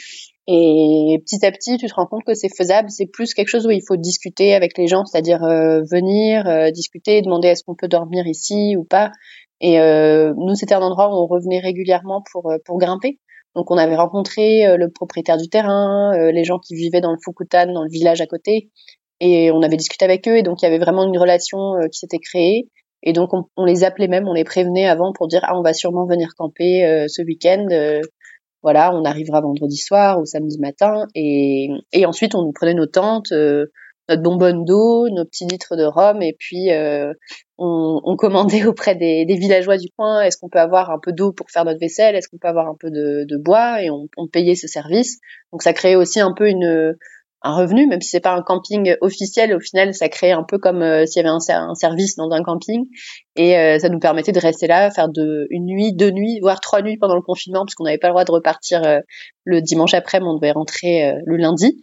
Et petit à petit, tu te rends compte que c'est faisable. C'est plus quelque chose où il faut discuter avec les gens, c'est-à-dire euh, venir, euh, discuter, demander est-ce qu'on peut dormir ici ou pas. Et euh, nous, c'était un endroit où on revenait régulièrement pour euh, pour grimper. Donc, on avait rencontré euh, le propriétaire du terrain, euh, les gens qui vivaient dans le Fukutan, dans le village à côté, et on avait discuté avec eux. Et donc, il y avait vraiment une relation euh, qui s'était créée. Et donc, on, on les appelait même, on les prévenait avant pour dire ah, on va sûrement venir camper euh, ce week-end. Euh, voilà, on arrivera vendredi soir ou samedi matin, et, et ensuite on nous prenait nos tentes, euh, notre bonbonne d'eau, nos petits litres de rhum, et puis euh, on, on commandait auprès des, des villageois du coin, est-ce qu'on peut avoir un peu d'eau pour faire notre vaisselle, est-ce qu'on peut avoir un peu de, de bois, et on, on payait ce service. Donc ça créait aussi un peu une un revenu, même si c'est pas un camping officiel, au final ça créait un peu comme euh, s'il y avait un, un service dans un camping, et euh, ça nous permettait de rester là, faire de, une nuit, deux nuits, voire trois nuits pendant le confinement, parce qu'on n'avait pas le droit de repartir euh, le dimanche après, mais on devait rentrer euh, le lundi,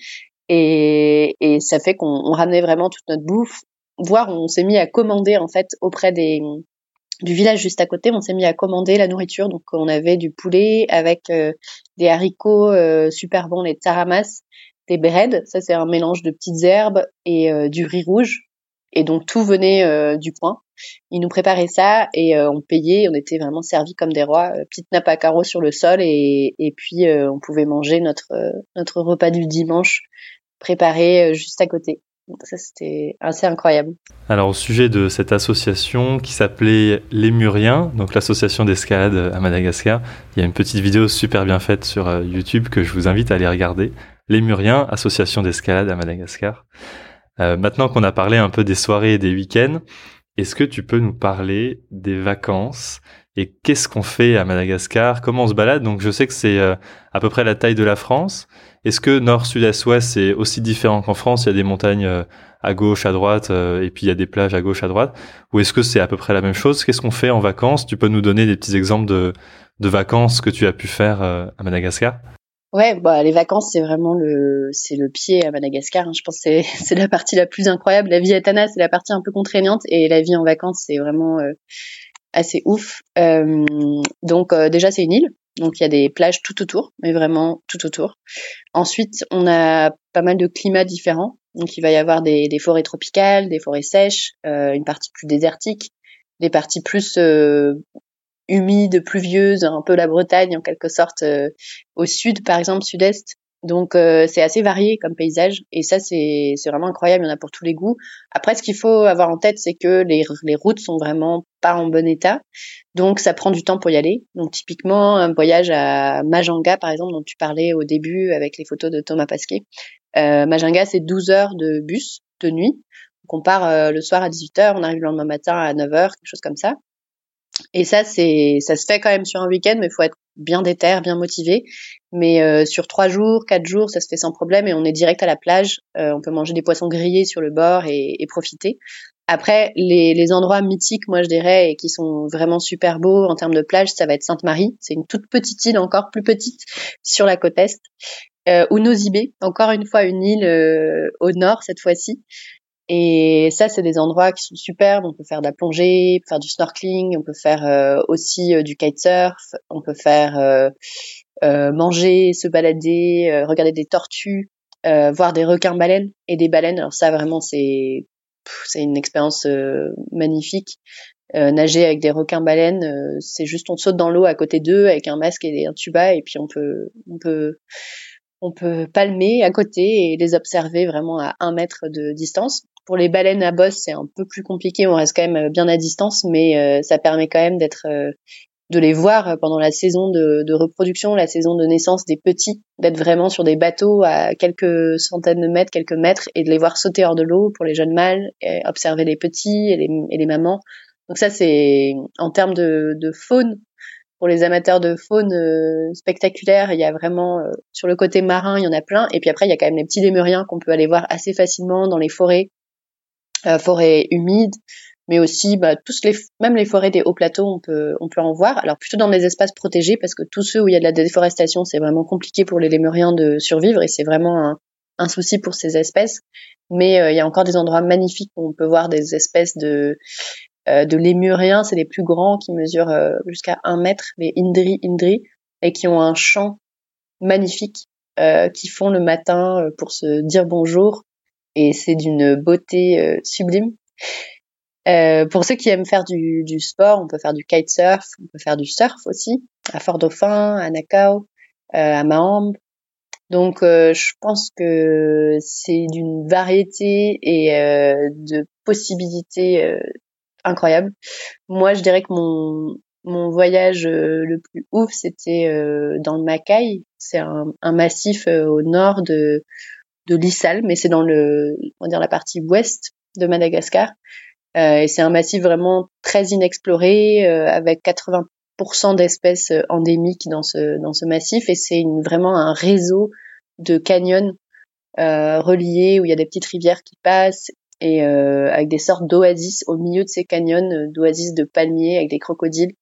et, et ça fait qu'on on ramenait vraiment toute notre bouffe, voire on s'est mis à commander en fait auprès des du village juste à côté, on s'est mis à commander la nourriture, donc on avait du poulet avec euh, des haricots euh, super bons, les taramas, des breads, ça c'est un mélange de petites herbes et euh, du riz rouge, et donc tout venait euh, du coin. Ils nous préparaient ça et euh, on payait, on était vraiment servis comme des rois, euh, petite nappe à carreaux sur le sol, et, et puis euh, on pouvait manger notre euh, notre repas du dimanche préparé euh, juste à côté. Donc ça c'était assez incroyable. Alors au sujet de cette association qui s'appelait Les Muriens, donc l'association d'escalade à Madagascar, il y a une petite vidéo super bien faite sur euh, YouTube que je vous invite à aller regarder. Les Muriens, association d'escalade à Madagascar. Euh, maintenant qu'on a parlé un peu des soirées et des week-ends, est-ce que tu peux nous parler des vacances et qu'est-ce qu'on fait à Madagascar? Comment on se balade? Donc je sais que c'est euh, à peu près la taille de la France. Est-ce que nord, sud, est, ouest, c'est aussi différent qu'en France? Il y a des montagnes euh, à gauche, à droite, euh, et puis il y a des plages à gauche, à droite. Ou est-ce que c'est à peu près la même chose? Qu'est-ce qu'on fait en vacances? Tu peux nous donner des petits exemples de, de vacances que tu as pu faire euh, à Madagascar? Ouais, bah les vacances c'est vraiment le c'est le pied à Madagascar. Hein. Je pense que c'est c'est la partie la plus incroyable. La vie à Tana c'est la partie un peu contraignante et la vie en vacances c'est vraiment euh, assez ouf. Euh, donc euh, déjà c'est une île, donc il y a des plages tout autour, mais vraiment tout autour. Ensuite on a pas mal de climats différents. Donc il va y avoir des, des forêts tropicales, des forêts sèches, euh, une partie plus désertique, des parties plus euh, humide, pluvieuse, un peu la Bretagne en quelque sorte, euh, au sud par exemple, sud-est. Donc euh, c'est assez varié comme paysage et ça c'est c'est vraiment incroyable, il y en a pour tous les goûts. Après ce qu'il faut avoir en tête c'est que les les routes sont vraiment pas en bon état. Donc ça prend du temps pour y aller. Donc typiquement un voyage à Majanga par exemple dont tu parlais au début avec les photos de Thomas Pasquet. Euh, Majanga c'est douze heures de bus de nuit. Donc on part euh, le soir à dix-huit heures, on arrive le lendemain matin à neuf heures, quelque chose comme ça. Et ça, c'est, ça se fait quand même sur un week-end, mais il faut être bien déter, bien motivé. Mais euh, sur trois jours, quatre jours, ça se fait sans problème et on est direct à la plage. Euh, on peut manger des poissons grillés sur le bord et, et profiter. Après, les, les endroits mythiques, moi je dirais, et qui sont vraiment super beaux en termes de plage, ça va être Sainte-Marie. C'est une toute petite île, encore plus petite, sur la côte est. Euh, ou Nosy-Be, encore une fois une île euh, au nord cette fois-ci. Et ça, c'est des endroits qui sont superbes. On peut faire de la plongée, faire du snorkeling, on peut faire euh, aussi euh, du kitesurf, on peut faire euh, euh, manger, se balader, euh, regarder des tortues, euh, voir des requins-baleines et des baleines. Alors ça, vraiment, c'est pff, c'est une expérience euh, magnifique. Euh, nager avec des requins-baleines, euh, c'est juste on saute dans l'eau à côté d'eux avec un masque et un tuba et puis on peut on peut on peut palmer à côté et les observer vraiment à un mètre de distance. Pour les baleines à bosse, c'est un peu plus compliqué, on reste quand même bien à distance, mais euh, ça permet quand même d'être, euh, de les voir pendant la saison de, de reproduction, la saison de naissance des petits, d'être vraiment sur des bateaux à quelques centaines de mètres, quelques mètres, et de les voir sauter hors de l'eau pour les jeunes mâles, et observer les petits et les, et les mamans. Donc ça, c'est en termes de, de faune. Pour les amateurs de faune euh, spectaculaire, il y a vraiment euh, sur le côté marin, il y en a plein. Et puis après, il y a quand même les petits lémuriens qu'on peut aller voir assez facilement dans les forêts, euh, forêts humides, mais aussi bah, tous les, même les forêts des hauts plateaux, on peut on peut en voir. Alors plutôt dans des espaces protégés parce que tous ceux où il y a de la déforestation, c'est vraiment compliqué pour les lémuriens de survivre et c'est vraiment un, un souci pour ces espèces. Mais euh, il y a encore des endroits magnifiques où on peut voir des espèces de euh, de lémuriens, c'est les plus grands qui mesurent euh, jusqu'à un mètre, les Indri Indri, et qui ont un chant magnifique euh, qui font le matin euh, pour se dire bonjour, et c'est d'une beauté euh, sublime. Euh, pour ceux qui aiment faire du, du sport, on peut faire du kitesurf, on peut faire du surf aussi, à Fort-Dauphin, à Nakao, euh, à Maham. Donc euh, je pense que c'est d'une variété et euh, de possibilités euh, incroyable. Moi, je dirais que mon mon voyage euh, le plus ouf, c'était euh, dans le Macaï. C'est un, un massif euh, au nord de de l'Issal, mais c'est dans le on va dire la partie ouest de Madagascar. Euh, et c'est un massif vraiment très inexploré euh, avec quatre-vingts pour cent d'espèces euh, endémiques dans ce dans ce massif. Et c'est une, vraiment un réseau de canyons euh, reliés où il y a des petites rivières qui passent et euh, avec des sortes d'oasis au milieu de ces canyons, euh, d'oasis de palmiers avec des crocodiles.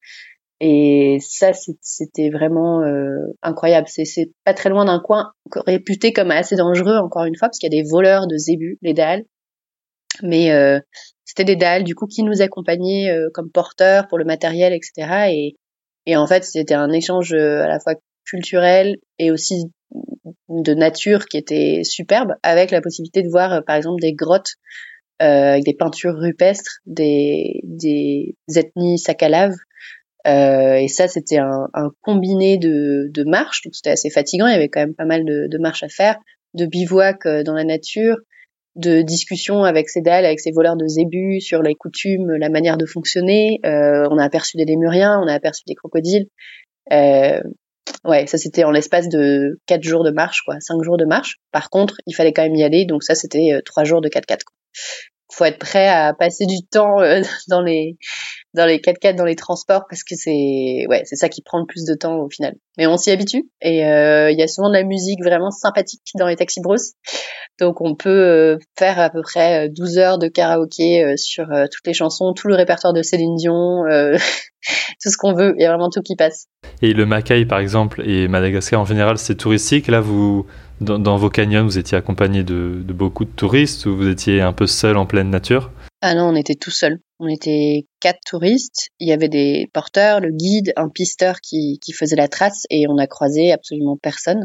Et ça, c'était vraiment euh, incroyable. C'est, c'est pas très loin d'un coin réputé comme assez dangereux, encore une fois, parce qu'il y a des voleurs de zébus, les Daals. Mais euh, c'était des Daals, du coup, qui nous accompagnaient euh, comme porteurs pour le matériel, et cetera. Et, et en fait, c'était un échange à la fois culturel et aussi de nature qui était superbe, avec la possibilité de voir, euh, par exemple, des grottes euh, avec des peintures rupestres, des, des ethnies sakalaves. Euh, et ça, c'était un, un combiné de, de marches, donc c'était assez fatigant, il y avait quand même pas mal de, de marches à faire, de bivouac euh, dans la nature, de discussions avec ces Daals, avec ces voleurs de zébus sur les coutumes, la manière de fonctionner. Euh, on a aperçu des lémuriens, on a aperçu des crocodiles. Euh, ouais, ça c'était en l'espace de quatre jours de marche, quoi, cinq jours de marche. Par contre, il fallait quand même y aller, donc ça c'était euh, trois jours de quatre-quatre. faut être prêt à passer du temps euh, dans les dans les quatre-quatre, dans les transports, parce que c'est ouais, c'est ça qui prend le plus de temps au final. Mais on s'y habitue, et il euh, y a souvent de la musique vraiment sympathique dans les Taxi Bros. Donc on peut euh, faire à peu près douze heures de karaoké euh, sur euh, toutes les chansons, tout le répertoire de Céline Dion, euh, tout ce qu'on veut, il y a vraiment tout qui passe. Et le Macaï par exemple, et Madagascar en général, c'est touristique. Là, vous, dans, dans vos canyons, vous étiez accompagné de, de beaucoup de touristes, ou vous étiez un peu seul en pleine nature? Ah non, on était tout seul. On était quatre touristes. Il y avait des porteurs, le guide, un pisteur qui, qui faisait la trace, et on a croisé absolument personne.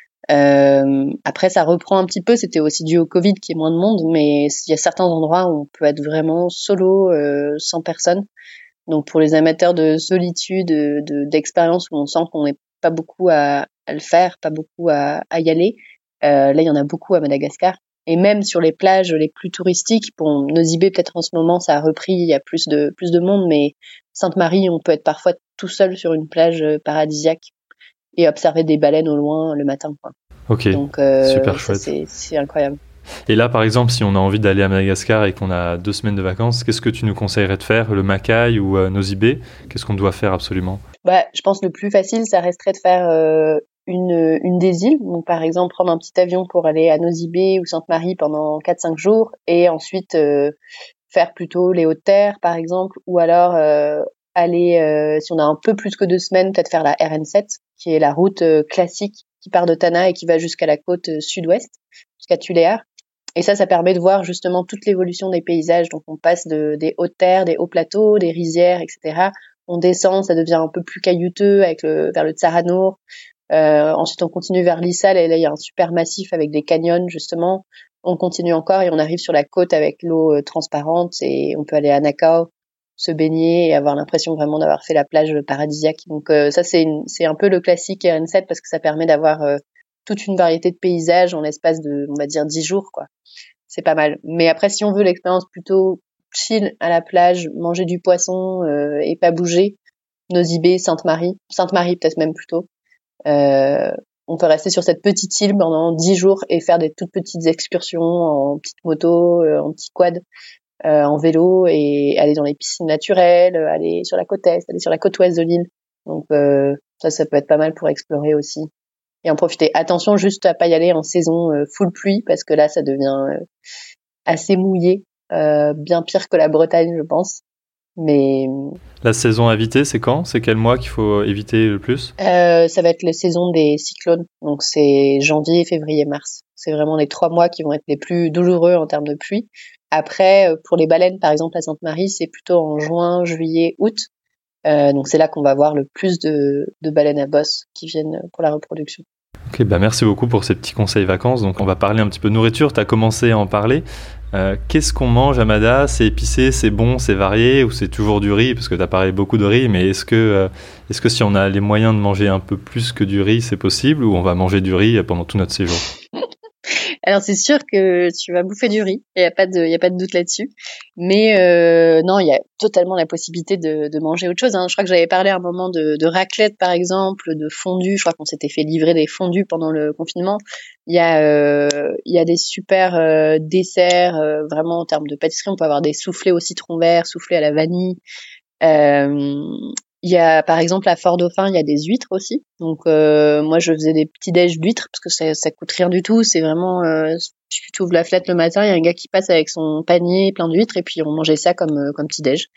Euh, après, ça reprend un petit peu. C'était aussi dû au Covid qu'il y ait moins de monde, mais il y a certains endroits où on peut être vraiment solo, euh, sans personne. Donc pour les amateurs de solitude, de, d'expérience où on sent qu'on n'est pas beaucoup à, à le faire, pas beaucoup à, à y aller, euh, là il y en a beaucoup à Madagascar. Et même sur les plages les plus touristiques, bon, Nosy Be peut-être en ce moment ça a repris, il y a plus de plus de monde, mais Sainte-Marie, on peut être parfois tout seul sur une plage paradisiaque et observer des baleines au loin le matin, quoi. Ok, donc euh, super ça, chouette. c'est, c'est incroyable. Et là, par exemple, si on a envie d'aller à Madagascar et qu'on a deux semaines de vacances, qu'est-ce que tu nous conseillerais de faire? Le Macaï ou euh, Nosy Be? Qu'est-ce qu'on doit faire absolument? Bah, je pense que le plus facile, ça resterait de faire euh, une, une des îles. Donc, par exemple, prendre un petit avion pour aller à Nosy Be ou Sainte-Marie pendant quatre cinq jours, et ensuite euh, faire plutôt les Hautes-Terres, par exemple, ou alors euh, aller, euh, si on a un peu plus que deux semaines, peut-être faire la R N sept, qui est la route euh, classique qui part de Tana et qui va jusqu'à la côte euh, sud-ouest, jusqu'à Tuléar. Et ça, ça permet de voir justement toute l'évolution des paysages. Donc, on passe de, des hautes terres, des hauts plateaux, des rizières, et cetera. On descend, ça devient un peu plus caillouteux avec le, vers le Tsaranour. Euh, ensuite, on continue vers l'Issal, et là, il y a un super massif avec des canyons, justement. On continue encore et on arrive sur la côte avec l'eau euh, transparente, et on peut aller à Nakao, se baigner et avoir l'impression vraiment d'avoir fait la plage paradisiaque. Donc, euh, ça, c'est, une, c'est un peu le classique R N sept, parce que ça permet d'avoir euh, toute une variété de paysages en l'espace de, on va dire, dix jours, quoi. C'est pas mal. Mais après, si on veut l'expérience plutôt chill à la plage, manger du poisson euh, et pas bouger, Nosy Be, Sainte-Marie, Sainte-Marie peut-être même plutôt, euh, on peut rester sur cette petite île pendant dix jours et faire des toutes petites excursions en petite moto, euh, en petit quad, euh, en vélo, et aller dans les piscines naturelles, aller sur la côte est, aller sur la côte ouest de l'île. Donc euh, ça, ça peut être pas mal pour explorer aussi. Et en profiter. Attention juste à pas y aller en saison euh, full pluie, parce que là, ça devient euh, assez mouillé, euh, bien pire que la Bretagne, je pense. Mais La saison à éviter, c'est quand? C'est quel mois qu'il faut éviter le plus? euh, ça va être la saison des cyclones, donc c'est janvier, février, mars. C'est vraiment les trois mois qui vont être les plus douloureux en termes de pluie. Après, pour les baleines, par exemple, à Sainte-Marie, c'est plutôt en juin, juillet, août. Euh, donc c'est là qu'on va voir le plus de, de baleines à bosse qui viennent pour la reproduction. Ok, bah merci beaucoup pour ces petits conseils vacances. Donc on va parler un petit peu nourriture, tu as commencé à en parler. Euh, qu'est-ce qu'on mange à Mada? C'est épicé, c'est bon, c'est varié, ou c'est toujours du riz? Parce que tu as parlé beaucoup de riz, mais est-ce que, euh, est-ce que si on a les moyens de manger un peu plus que du riz, c'est possible, ou on va manger du riz pendant tout notre séjour? Alors c'est sûr que tu vas bouffer du riz, il y a pas de, il y a pas de doute là-dessus. Mais euh, non, il y a totalement la possibilité de, de manger autre chose. Hein. Je crois que j'avais parlé à un moment de, de raclette par exemple, de fondue. Je crois qu'on s'était fait livrer des fondues pendant le confinement. Il y a, euh, il y a des super euh, desserts, euh, vraiment en termes de pâtisserie. On peut avoir des soufflés au citron vert, soufflés à la vanille. Euh, il y a par exemple à Fort-Dauphin, il y a des huîtres aussi. Donc euh, moi je faisais des petits déj d'huîtres parce que ça ça coûte rien du tout, c'est vraiment euh, tu ouvres la fenêtre le matin, il y a un gars qui passe avec son panier plein d'huîtres et puis on mangeait ça comme euh, comme petit déj.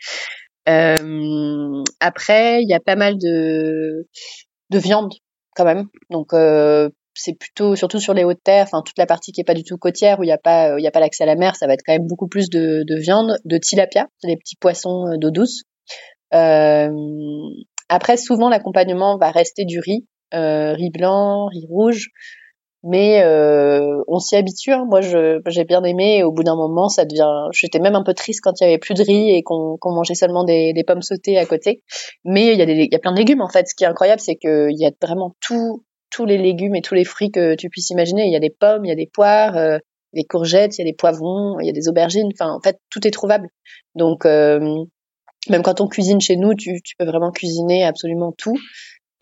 Euh, après, il y a pas mal de de viande quand même. Donc euh, c'est plutôt surtout sur les hautes terres, enfin toute la partie qui est pas du tout côtière où il y a pas il y a pas l'accès à la mer, ça va être quand même beaucoup plus de de viande, de tilapia, c'est des petits poissons d'eau douce. Euh, après, souvent, l'accompagnement va rester du riz, euh, riz blanc, riz rouge, mais euh, on s'y habitue. Hein. Moi, je, j'ai bien aimé. Et au bout d'un moment, ça devient. J'étais même un peu triste quand il y avait plus de riz et qu'on, qu'on mangeait seulement des, des pommes sautées à côté. Mais il y a des, il y a plein de légumes en fait. Ce qui est incroyable, c'est qu'il y a vraiment tout, tous les légumes et tous les fruits que tu puisses imaginer. Il y a des pommes, il y a des poires, euh, des courgettes, il y a des poivrons, il y a des aubergines. Enfin, en fait, tout est trouvable. Donc euh, même quand on cuisine chez nous, tu, tu peux vraiment cuisiner absolument tout.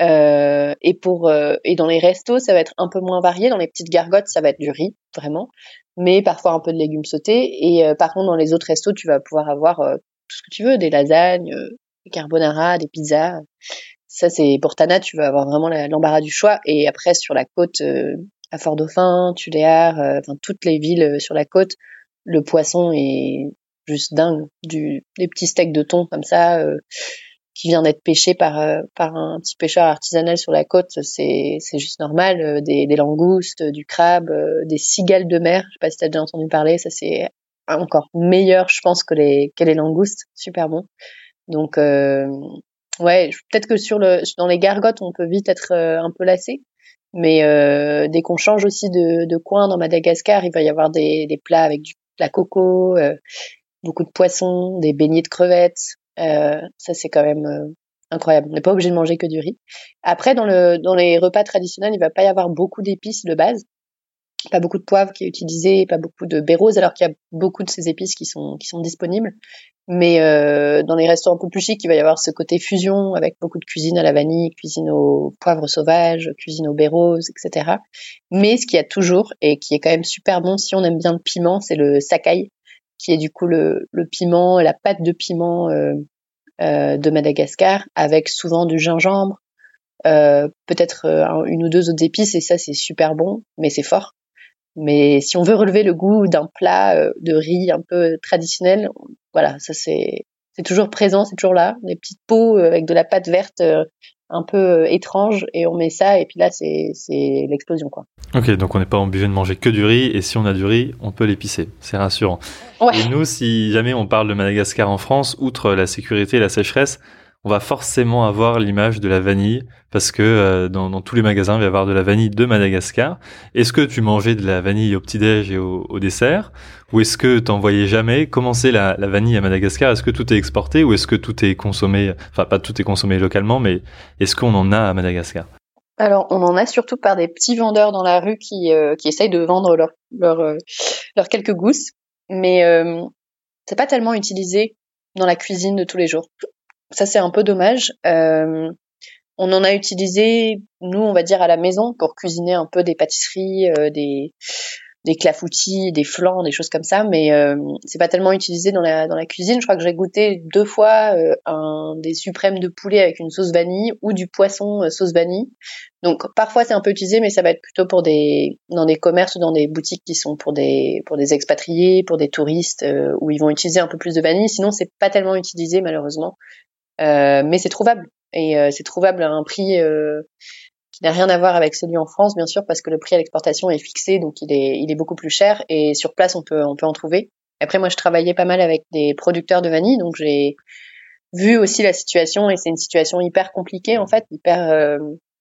Euh, et pour euh, et dans les restos, ça va être un peu moins varié. Dans les petites gargotes, ça va être du riz, vraiment, mais parfois un peu de légumes sautés. Et euh, par contre, dans les autres restos, tu vas pouvoir avoir euh, tout ce que tu veux, des lasagnes, euh, des carbonara, des pizzas. Ça, c'est pour Tana, tu vas avoir vraiment la, l'embarras du choix. Et après, sur la côte, euh, à Fort-Dauphin, Tuléar, euh, enfin toutes les villes euh, sur la côte, le poisson est juste dingue. Du, des petits steaks de thon comme ça. Euh, qui vient d'être pêché par euh, par un petit pêcheur artisanal sur la côte, c'est c'est juste normal. Euh, des, des langoustes, du crabe, euh, des cigales de mer. Je sais pas si t'as déjà entendu parler. Ça c'est encore meilleur, je pense, que les que les langoustes. Super bon. Donc euh, ouais, peut-être que sur le dans les gargotes, on peut vite être euh, un peu lassé. Mais euh, dès qu'on change aussi de, de coin dans Madagascar, il va y avoir des, des plats avec du, de la coco, euh, beaucoup de poissons, des beignets de crevettes. Euh, ça, c'est quand même euh, incroyable. On n'est pas obligé de manger que du riz. Après, dans, le, dans les repas traditionnels, il va pas y avoir beaucoup d'épices de base. Pas beaucoup de poivre qui est utilisé, pas beaucoup de bérose, alors qu'il y a beaucoup de ces épices qui sont, qui sont disponibles. Mais euh, dans les restos un peu plus chics, il va y avoir ce côté fusion avec beaucoup de cuisine à la vanille, cuisine au poivre sauvage, cuisine au bérose, et cetera. Mais ce qu'il y a toujours, et qui est quand même super bon si on aime bien le piment, c'est le sakai, qui est du coup le, le piment, la pâte de piment euh, euh, de Madagascar, avec souvent du gingembre, euh, peut-être euh, une ou deux autres épices, et ça c'est super bon, mais c'est fort. Mais si on veut relever le goût d'un plat euh, de riz un peu traditionnel, voilà, ça c'est c'est toujours présent, c'est toujours là, des petites pots euh, avec de la pâte verte euh, un peu euh, étrange, et on met ça, et puis là c'est c'est l'explosion quoi. Ok, donc on n'est pas obligé de manger que du riz, et si on a du riz, on peut l'épicer, c'est rassurant. Ouais. Et nous, si jamais on parle de Madagascar en France, outre la sécurité et la sécheresse, on va forcément avoir l'image de la vanille, parce que euh, dans, dans tous les magasins, il va y avoir de la vanille de Madagascar. Est-ce que tu mangeais de la vanille au petit-déj et au, au dessert, ou est-ce que t'en voyais jamais? Comment c'est la, la vanille à Madagascar? Est-ce que tout est exporté, ou est-ce que tout est consommé, enfin pas tout est consommé localement, mais est-ce qu'on en a à Madagascar? Alors, on en a surtout par des petits vendeurs dans la rue qui, euh, qui essayent de vendre leurs leur, euh, leur quelques gousses, mais euh, c'est pas tellement utilisé dans la cuisine de tous les jours. Ça, c'est un peu dommage. Euh, on en a utilisé, nous, on va dire, à la maison pour cuisiner un peu des pâtisseries, euh, des, des clafoutis, des flans, des choses comme ça, mais euh, c'est pas tellement utilisé dans la, dans la cuisine. Je crois que j'ai goûté deux fois euh, un, des suprêmes de poulet avec une sauce vanille ou du poisson euh, sauce vanille. Donc parfois c'est un peu utilisé, mais ça va être plutôt pour des dans des commerces ou dans des boutiques qui sont pour des pour des expatriés, pour des touristes euh, où ils vont utiliser un peu plus de vanille. Sinon c'est pas tellement utilisé malheureusement, euh, mais c'est trouvable et euh, c'est trouvable à un prix euh, qui n'a rien à voir avec celui en France bien sûr parce que le prix à l'exportation est fixé donc il est il est beaucoup plus cher et sur place on peut on peut en trouver. Après moi je travaillais pas mal avec des producteurs de vanille donc j'ai vu aussi la situation et c'est une situation hyper compliquée en fait, hyper euh,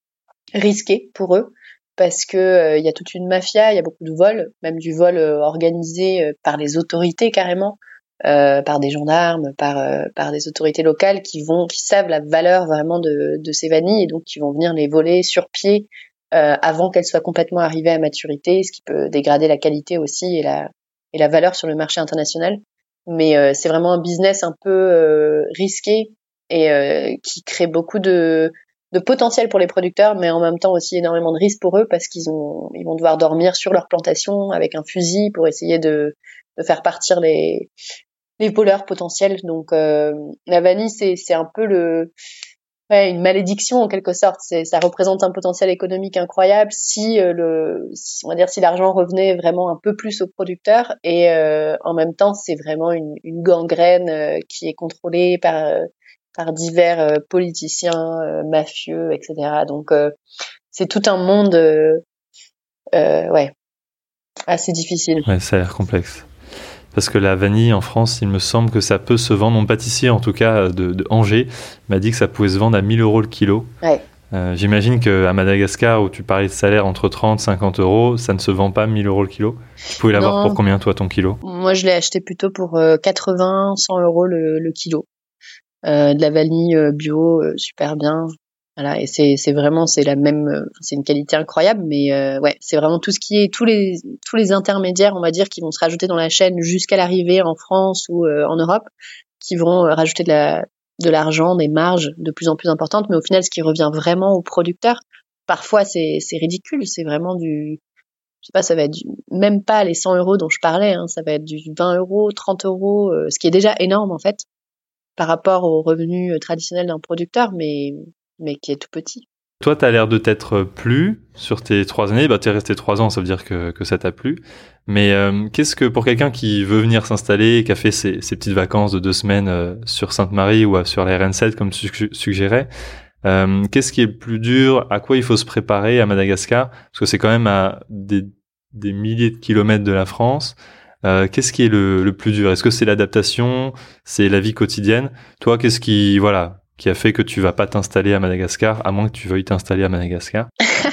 risqué pour eux parce que euh, il y a toute une mafia, il y a beaucoup de vols, même du vol euh, organisé euh, par les autorités carrément, euh, par des gendarmes, par euh, par des autorités locales qui vont qui savent la valeur vraiment de de ces vanilles et donc qui vont venir les voler sur pied euh, avant qu'elles soient complètement arrivées à maturité, ce qui peut dégrader la qualité aussi et la et la valeur sur le marché international. Mais euh, c'est vraiment un business un peu euh, risqué et euh, qui crée beaucoup de de potentiel pour les producteurs, mais en même temps aussi énormément de risques pour eux parce qu'ils ont, ils vont devoir dormir sur leur plantation avec un fusil pour essayer de, de faire partir les, les voleurs potentiels. Donc, euh, la vanille, c'est, c'est un peu le, ouais, une malédiction en quelque sorte. C'est, ça représente un potentiel économique incroyable si euh, le, si, on va dire si l'argent revenait vraiment un peu plus aux producteurs et euh, en même temps, c'est vraiment une, une gangrène euh, qui est contrôlée par euh, par divers euh, politiciens, euh, mafieux, et cetera. Donc euh, c'est tout un monde, euh, euh, ouais, assez difficile. Ouais, ça a l'air complexe. Parce que la vanille en France, il me semble que ça peut se vendre. Mon pâtissier, en tout cas de, de Angers, m'a dit que ça pouvait se vendre à mille euros le kilo. Ouais. Euh, j'imagine qu'à Madagascar, où tu parlais de salaire entre trente et cinquante euros, ça ne se vend pas mille euros le kilo. Tu pouvais l'avoir Non. pour combien, toi, ton kilo? Moi, je l'ai acheté plutôt pour euh, quatre-vingts, cent euros le, le kilo. Euh, de la vanille euh, bio, euh, super bien. Voilà, et c'est c'est vraiment c'est la même, euh, c'est une qualité incroyable, mais euh, ouais, c'est vraiment tout ce qui est tous les tous les intermédiaires, on va dire, qui vont se rajouter dans la chaîne jusqu'à l'arrivée en France ou euh, en Europe, qui vont euh, rajouter de la de l'argent, des marges de plus en plus importantes, mais au final, ce qui revient vraiment aux producteurs, parfois c'est, c'est ridicule, c'est vraiment du, je sais pas, ça va être du, même pas les cent euros dont je parlais, hein, ça va être du vingt euros, trente euros, euh, ce qui est déjà énorme en fait, par rapport aux revenus traditionnels d'un producteur, mais, mais qui est tout petit. Toi, tu as l'air de t'être plu sur tes trois années. Bah, tu es resté trois ans, ça veut dire que, que ça t'a plu. Mais euh, qu'est-ce que, pour quelqu'un qui veut venir s'installer, qui a fait ses, ses petites vacances de deux semaines euh, sur Sainte-Marie ou euh, sur la R N sept, comme tu suggérais, euh, qu'est-ce qui est le plus dur? À quoi il faut se préparer à Madagascar? Parce que c'est quand même à des, des milliers de kilomètres de la France. Euh, qu'est-ce qui est le, le plus dur? Est-ce que c'est l'adaptation? C'est la vie quotidienne? Toi, qu'est-ce qui, voilà, qui a fait que tu vas pas t'installer à Madagascar, à moins que tu veuilles t'installer à Madagascar?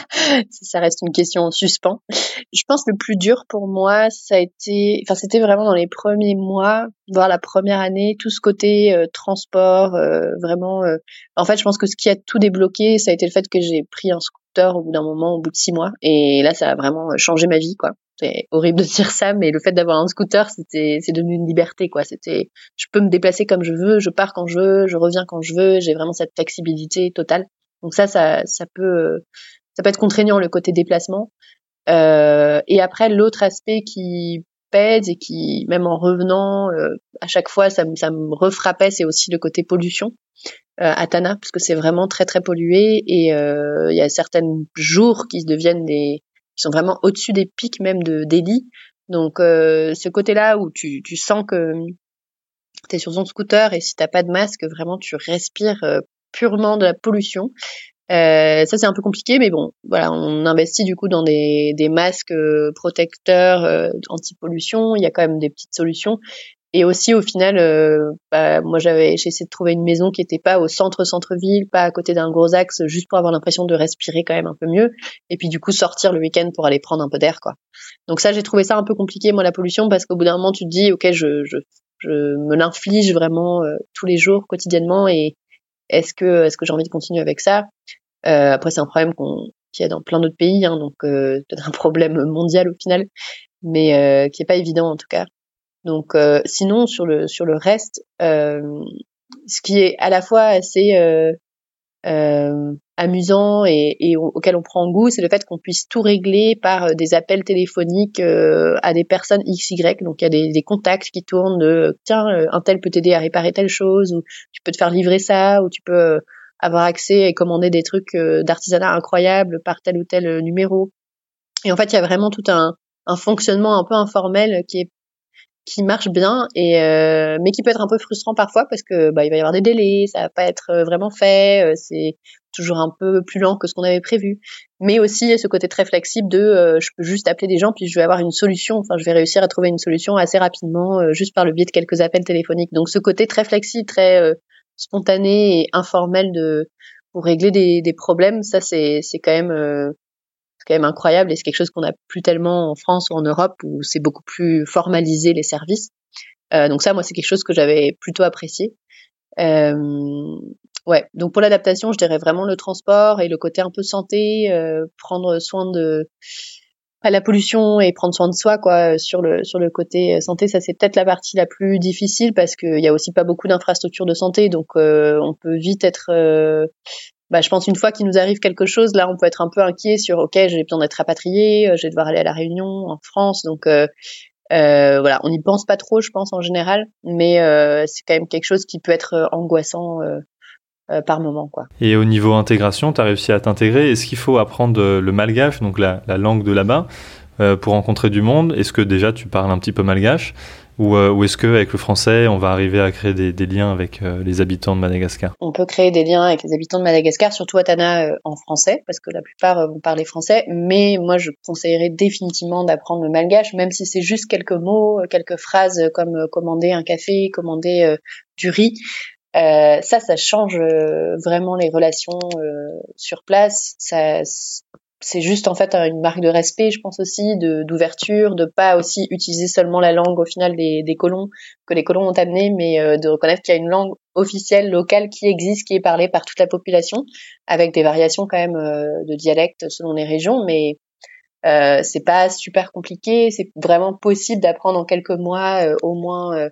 Ça reste une question en suspens. Je pense que le plus dur pour moi, ça a été, enfin, c'était vraiment dans les premiers mois, voire la première année, tout ce côté euh, transport, euh, vraiment. Euh... En fait, je pense que ce qui a tout débloqué, ça a été le fait que j'ai pris un scooter au bout d'un moment, au bout de six mois, et là, ça a vraiment changé ma vie, quoi. C'est horrible de dire ça, mais le fait d'avoir un scooter, c'était, c'est devenu une liberté, quoi. C'était, je peux me déplacer comme je veux, je pars quand je veux, je reviens quand je veux, j'ai vraiment cette flexibilité totale. Donc ça, ça, ça peut, ça peut être contraignant le côté déplacement. Euh, et après, l'autre aspect qui pèse et qui, même en revenant, euh, à chaque fois, ça me, ça me refrappait, c'est aussi le côté pollution. Euh, à Tana, parce que c'est vraiment très très pollué et il euh, y a certains jours qui deviennent des qui sont vraiment au-dessus des pics même de Delhi. Donc euh, ce côté-là où tu, tu sens que t'es sur ton scooter et si t'as pas de masque, vraiment tu respires euh, purement de la pollution. Euh, ça c'est un peu compliqué, mais bon, voilà, on investit du coup dans des, des masques euh, protecteurs euh, anti-pollution. Il y a quand même des petites solutions. Et aussi, au final, euh, bah, moi, j'avais, j'ai essayé de trouver une maison qui était pas au centre centre-ville, pas à côté d'un gros axe, juste pour avoir l'impression de respirer quand même un peu mieux. Et puis du coup, sortir le week-end pour aller prendre un peu d'air, quoi. Donc ça, j'ai trouvé ça un peu compliqué, moi, la pollution, parce qu'au bout d'un moment, tu te dis, ok, je, je, je me l'inflige vraiment euh, tous les jours, quotidiennement, et est-ce que, est-ce que j'ai envie de continuer avec ça? Euh, après, c'est un problème qu'on, qu'il y a dans plein d'autres pays, hein, donc euh, peut-être un problème mondial au final, mais euh, qui est pas évident en tout cas. Donc, euh, sinon sur le sur le reste, euh, ce qui est à la fois assez euh, euh, amusant et, et au, auquel on prend goût, c'est le fait qu'on puisse tout régler par des appels téléphoniques euh, à des personnes X Y. Donc, il y a des, des contacts qui tournent de tiens, un tel peut t'aider à réparer telle chose, ou tu peux te faire livrer ça, ou tu peux avoir accès et commander des trucs euh, d'artisanat incroyables par tel ou tel numéro. Et en fait, il y a vraiment tout un, un fonctionnement un peu informel qui est qui marche bien et euh, mais qui peut être un peu frustrant parfois parce que bah il va y avoir des délais, ça va pas être vraiment fait, euh, c'est toujours un peu plus lent que ce qu'on avait prévu. Mais aussi il y a ce côté très flexible de euh, je peux juste appeler des gens puis je vais avoir une solution, enfin je vais réussir à trouver une solution assez rapidement euh, juste par le biais de quelques appels téléphoniques. Donc ce côté très flexible, très euh, spontané et informel de pour régler des des problèmes, ça c'est c'est quand même euh, quand même incroyable et c'est quelque chose qu'on n'a plus tellement en France ou en Europe où c'est beaucoup plus formalisé les services. Euh, donc ça, moi, c'est quelque chose que j'avais plutôt apprécié. Euh, ouais. Donc pour l'adaptation, je dirais vraiment le transport et le côté un peu santé, euh, prendre soin de pas la pollution et prendre soin de soi, quoi. Sur le sur le côté santé, ça c'est peut-être la partie la plus difficile parce qu'il y a aussi pas beaucoup d'infrastructures de santé, donc euh, on peut vite être euh, bah, je pense une fois qu'il nous arrive quelque chose, là, on peut être un peu inquiet sur, ok, j'ai besoin d'être rapatrié, je vais devoir aller à la Réunion, en France, donc euh, euh, voilà, on n'y pense pas trop, je pense en général, mais euh, c'est quand même quelque chose qui peut être angoissant euh, euh, par moment, quoi. Et au niveau intégration, tu as réussi à t'intégrer. Est-ce qu'il faut apprendre le malgache, donc la, la langue de là-bas, euh, pour rencontrer du monde? Est-ce que déjà tu parles un petit peu malgache? Ou, euh, ou est-ce qu'avec le français, on va arriver à créer des, des liens avec euh, les habitants de Madagascar? On peut créer des liens avec les habitants de Madagascar, surtout à Tana euh, en français, parce que la plupart euh, vont parler français, mais moi je conseillerais définitivement d'apprendre le malgache, même si c'est juste quelques mots, quelques phrases comme euh, commander un café, commander euh, du riz. Euh, ça, ça change euh, vraiment les relations euh, sur place. Ça, c'est juste en fait une marque de respect, je pense aussi, de d'ouverture, de pas aussi utiliser seulement la langue au final des, des colons que les colons ont amené, mais euh, de reconnaître qu'il y a une langue officielle locale qui existe, qui est parlée par toute la population, avec des variations quand même euh, de dialectes selon les régions, mais euh, c'est pas super compliqué, c'est vraiment possible d'apprendre en quelques mois euh, au moins euh,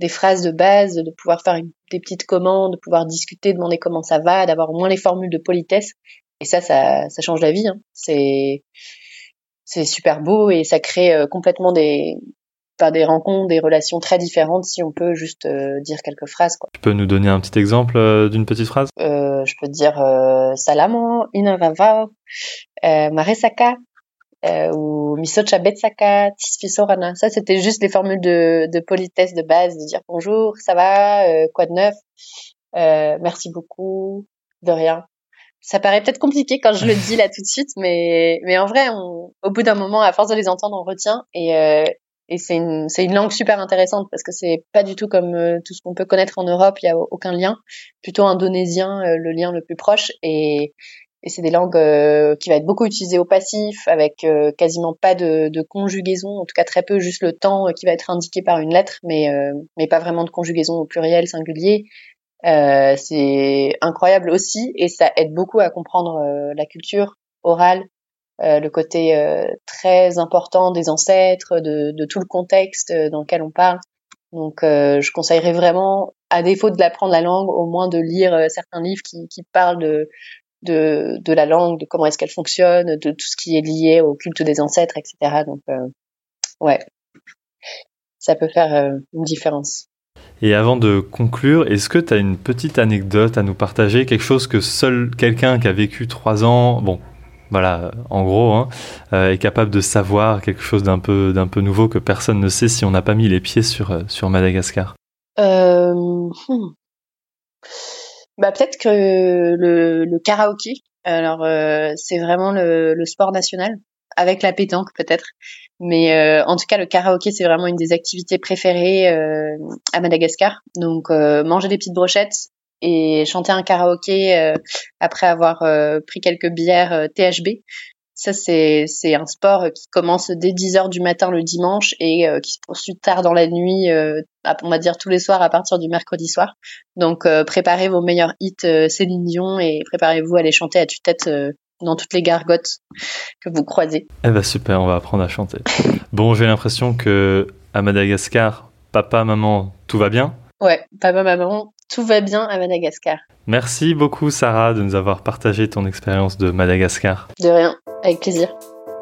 des phrases de base, de pouvoir faire une, des petites commandes, de pouvoir discuter, demander comment ça va, d'avoir au moins les formules de politesse. Et ça, ça, ça change la vie. Hein. C'est, c'est super beau et ça crée euh, complètement des, par des rencontres, des relations très différentes si on peut juste euh, dire quelques phrases, quoi. Tu peux nous donner un petit exemple euh, d'une petite phrase? euh, Je peux dire euh, Salamo, Inavavao, euh, Maresaka, euh, ou Misocha Betsaka, Tisfisorana. Ça, c'était juste les formules de, de politesse de base, de dire bonjour, ça va, euh, quoi de neuf, euh, merci beaucoup, de rien. Ça paraît peut-être compliqué quand je le dis là tout de suite, mais, mais en vrai, on, au bout d'un moment, à force de les entendre, on retient. Et, euh, et c'est une, c'est une langue super intéressante parce que c'est pas du tout comme euh, tout ce qu'on peut connaître en Europe. Il y a aucun lien. Plutôt indonésien, euh, le lien le plus proche. Et, et c'est des langues euh, qui va être beaucoup utilisées au passif, avec euh, quasiment pas de, de conjugaison, en tout cas très peu, juste le temps euh, qui va être indiqué par une lettre, mais, euh, mais pas vraiment de conjugaison au pluriel, singulier. Euh, c'est incroyable aussi et ça aide beaucoup à comprendre euh, la culture orale, euh, le côté euh, très important des ancêtres, de, de tout le contexte dans lequel on parle. Donc euh, je conseillerais vraiment, à défaut de l'apprendre la langue, au moins de lire euh, certains livres qui, qui parlent de, de, de la langue, de comment est-ce qu'elle fonctionne, de tout ce qui est lié au culte des ancêtres, et cetera. Donc euh, ouais, ça peut faire euh, une différence. Et avant de conclure, est-ce que tu as une petite anecdote à nous partager, quelque chose que seul quelqu'un qui a vécu trois ans, bon, voilà, en gros, hein, euh, est capable de savoir, quelque chose d'un peu, d'un peu nouveau que personne ne sait si on n'a pas mis les pieds sur, sur Madagascar? Euh, hmm. Bah peut-être que le, le karaoké. Alors euh, c'est vraiment le, le sport national, avec la pétanque peut-être. Mais euh, en tout cas, le karaoké, c'est vraiment une des activités préférées euh, à Madagascar. Donc, euh, manger des petites brochettes et chanter un karaoké euh, après avoir euh, pris quelques bières euh, T H B. Ça, c'est, c'est un sport qui commence dès dix heures du matin le dimanche et euh, qui se poursuit tard dans la nuit, euh, on va dire tous les soirs à partir du mercredi soir. Donc, euh, préparez vos meilleurs hits euh, Céline Dion et préparez-vous à les chanter à tue-tête euh, dans toutes les gargotes que vous croisez. Eh ben super, on va apprendre à chanter. Bon, j'ai l'impression que à Madagascar, papa, maman, tout va bien? Ouais, papa, maman, tout va bien à Madagascar. Merci beaucoup Sarah de nous avoir partagé ton expérience de Madagascar. De rien, avec plaisir.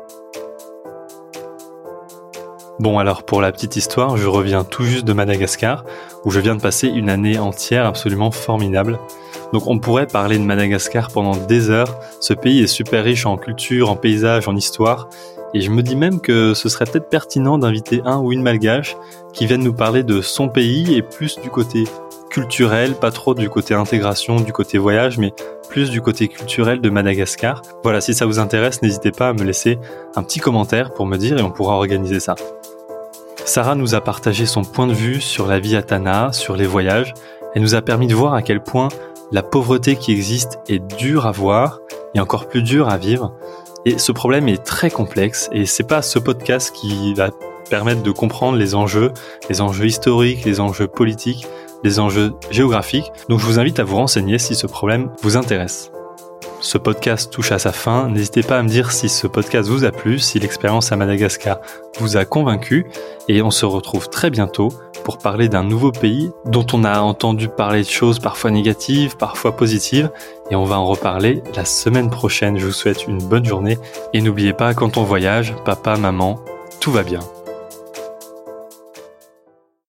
Bon alors pour la petite histoire, je reviens tout juste de Madagascar, où je viens de passer une année entière absolument formidable. Donc on pourrait parler de Madagascar pendant des heures, ce pays est super riche en culture, en paysages, en histoire, et je me dis même que ce serait peut-être pertinent d'inviter un ou une malgache qui vienne nous parler de son pays et plus du côté culturel, pas trop du côté intégration, du côté voyage, mais plus du côté culturel de Madagascar. Voilà, si ça vous intéresse, n'hésitez pas à me laisser un petit commentaire pour me dire et on pourra organiser ça. Sarah nous a partagé son point de vue sur la vie à Tana, sur les voyages. Elle nous a permis de voir à quel point la pauvreté qui existe est dure à voir et encore plus dure à vivre. Et ce problème est très complexe et c'est pas ce podcast qui va permettre de comprendre les enjeux, les enjeux historiques, les enjeux politiques, les enjeux géographiques. Donc je vous invite à vous renseigner si ce problème vous intéresse. Ce podcast touche à sa fin. N'hésitez pas à me dire si ce podcast vous a plu, si l'expérience à Madagascar vous a convaincu. Et on se retrouve très bientôt pour parler d'un nouveau pays dont on a entendu parler de choses parfois négatives, parfois positives. Et on va en reparler la semaine prochaine. Je vous souhaite une bonne journée. Et n'oubliez pas, quand on voyage, papa, maman, tout va bien.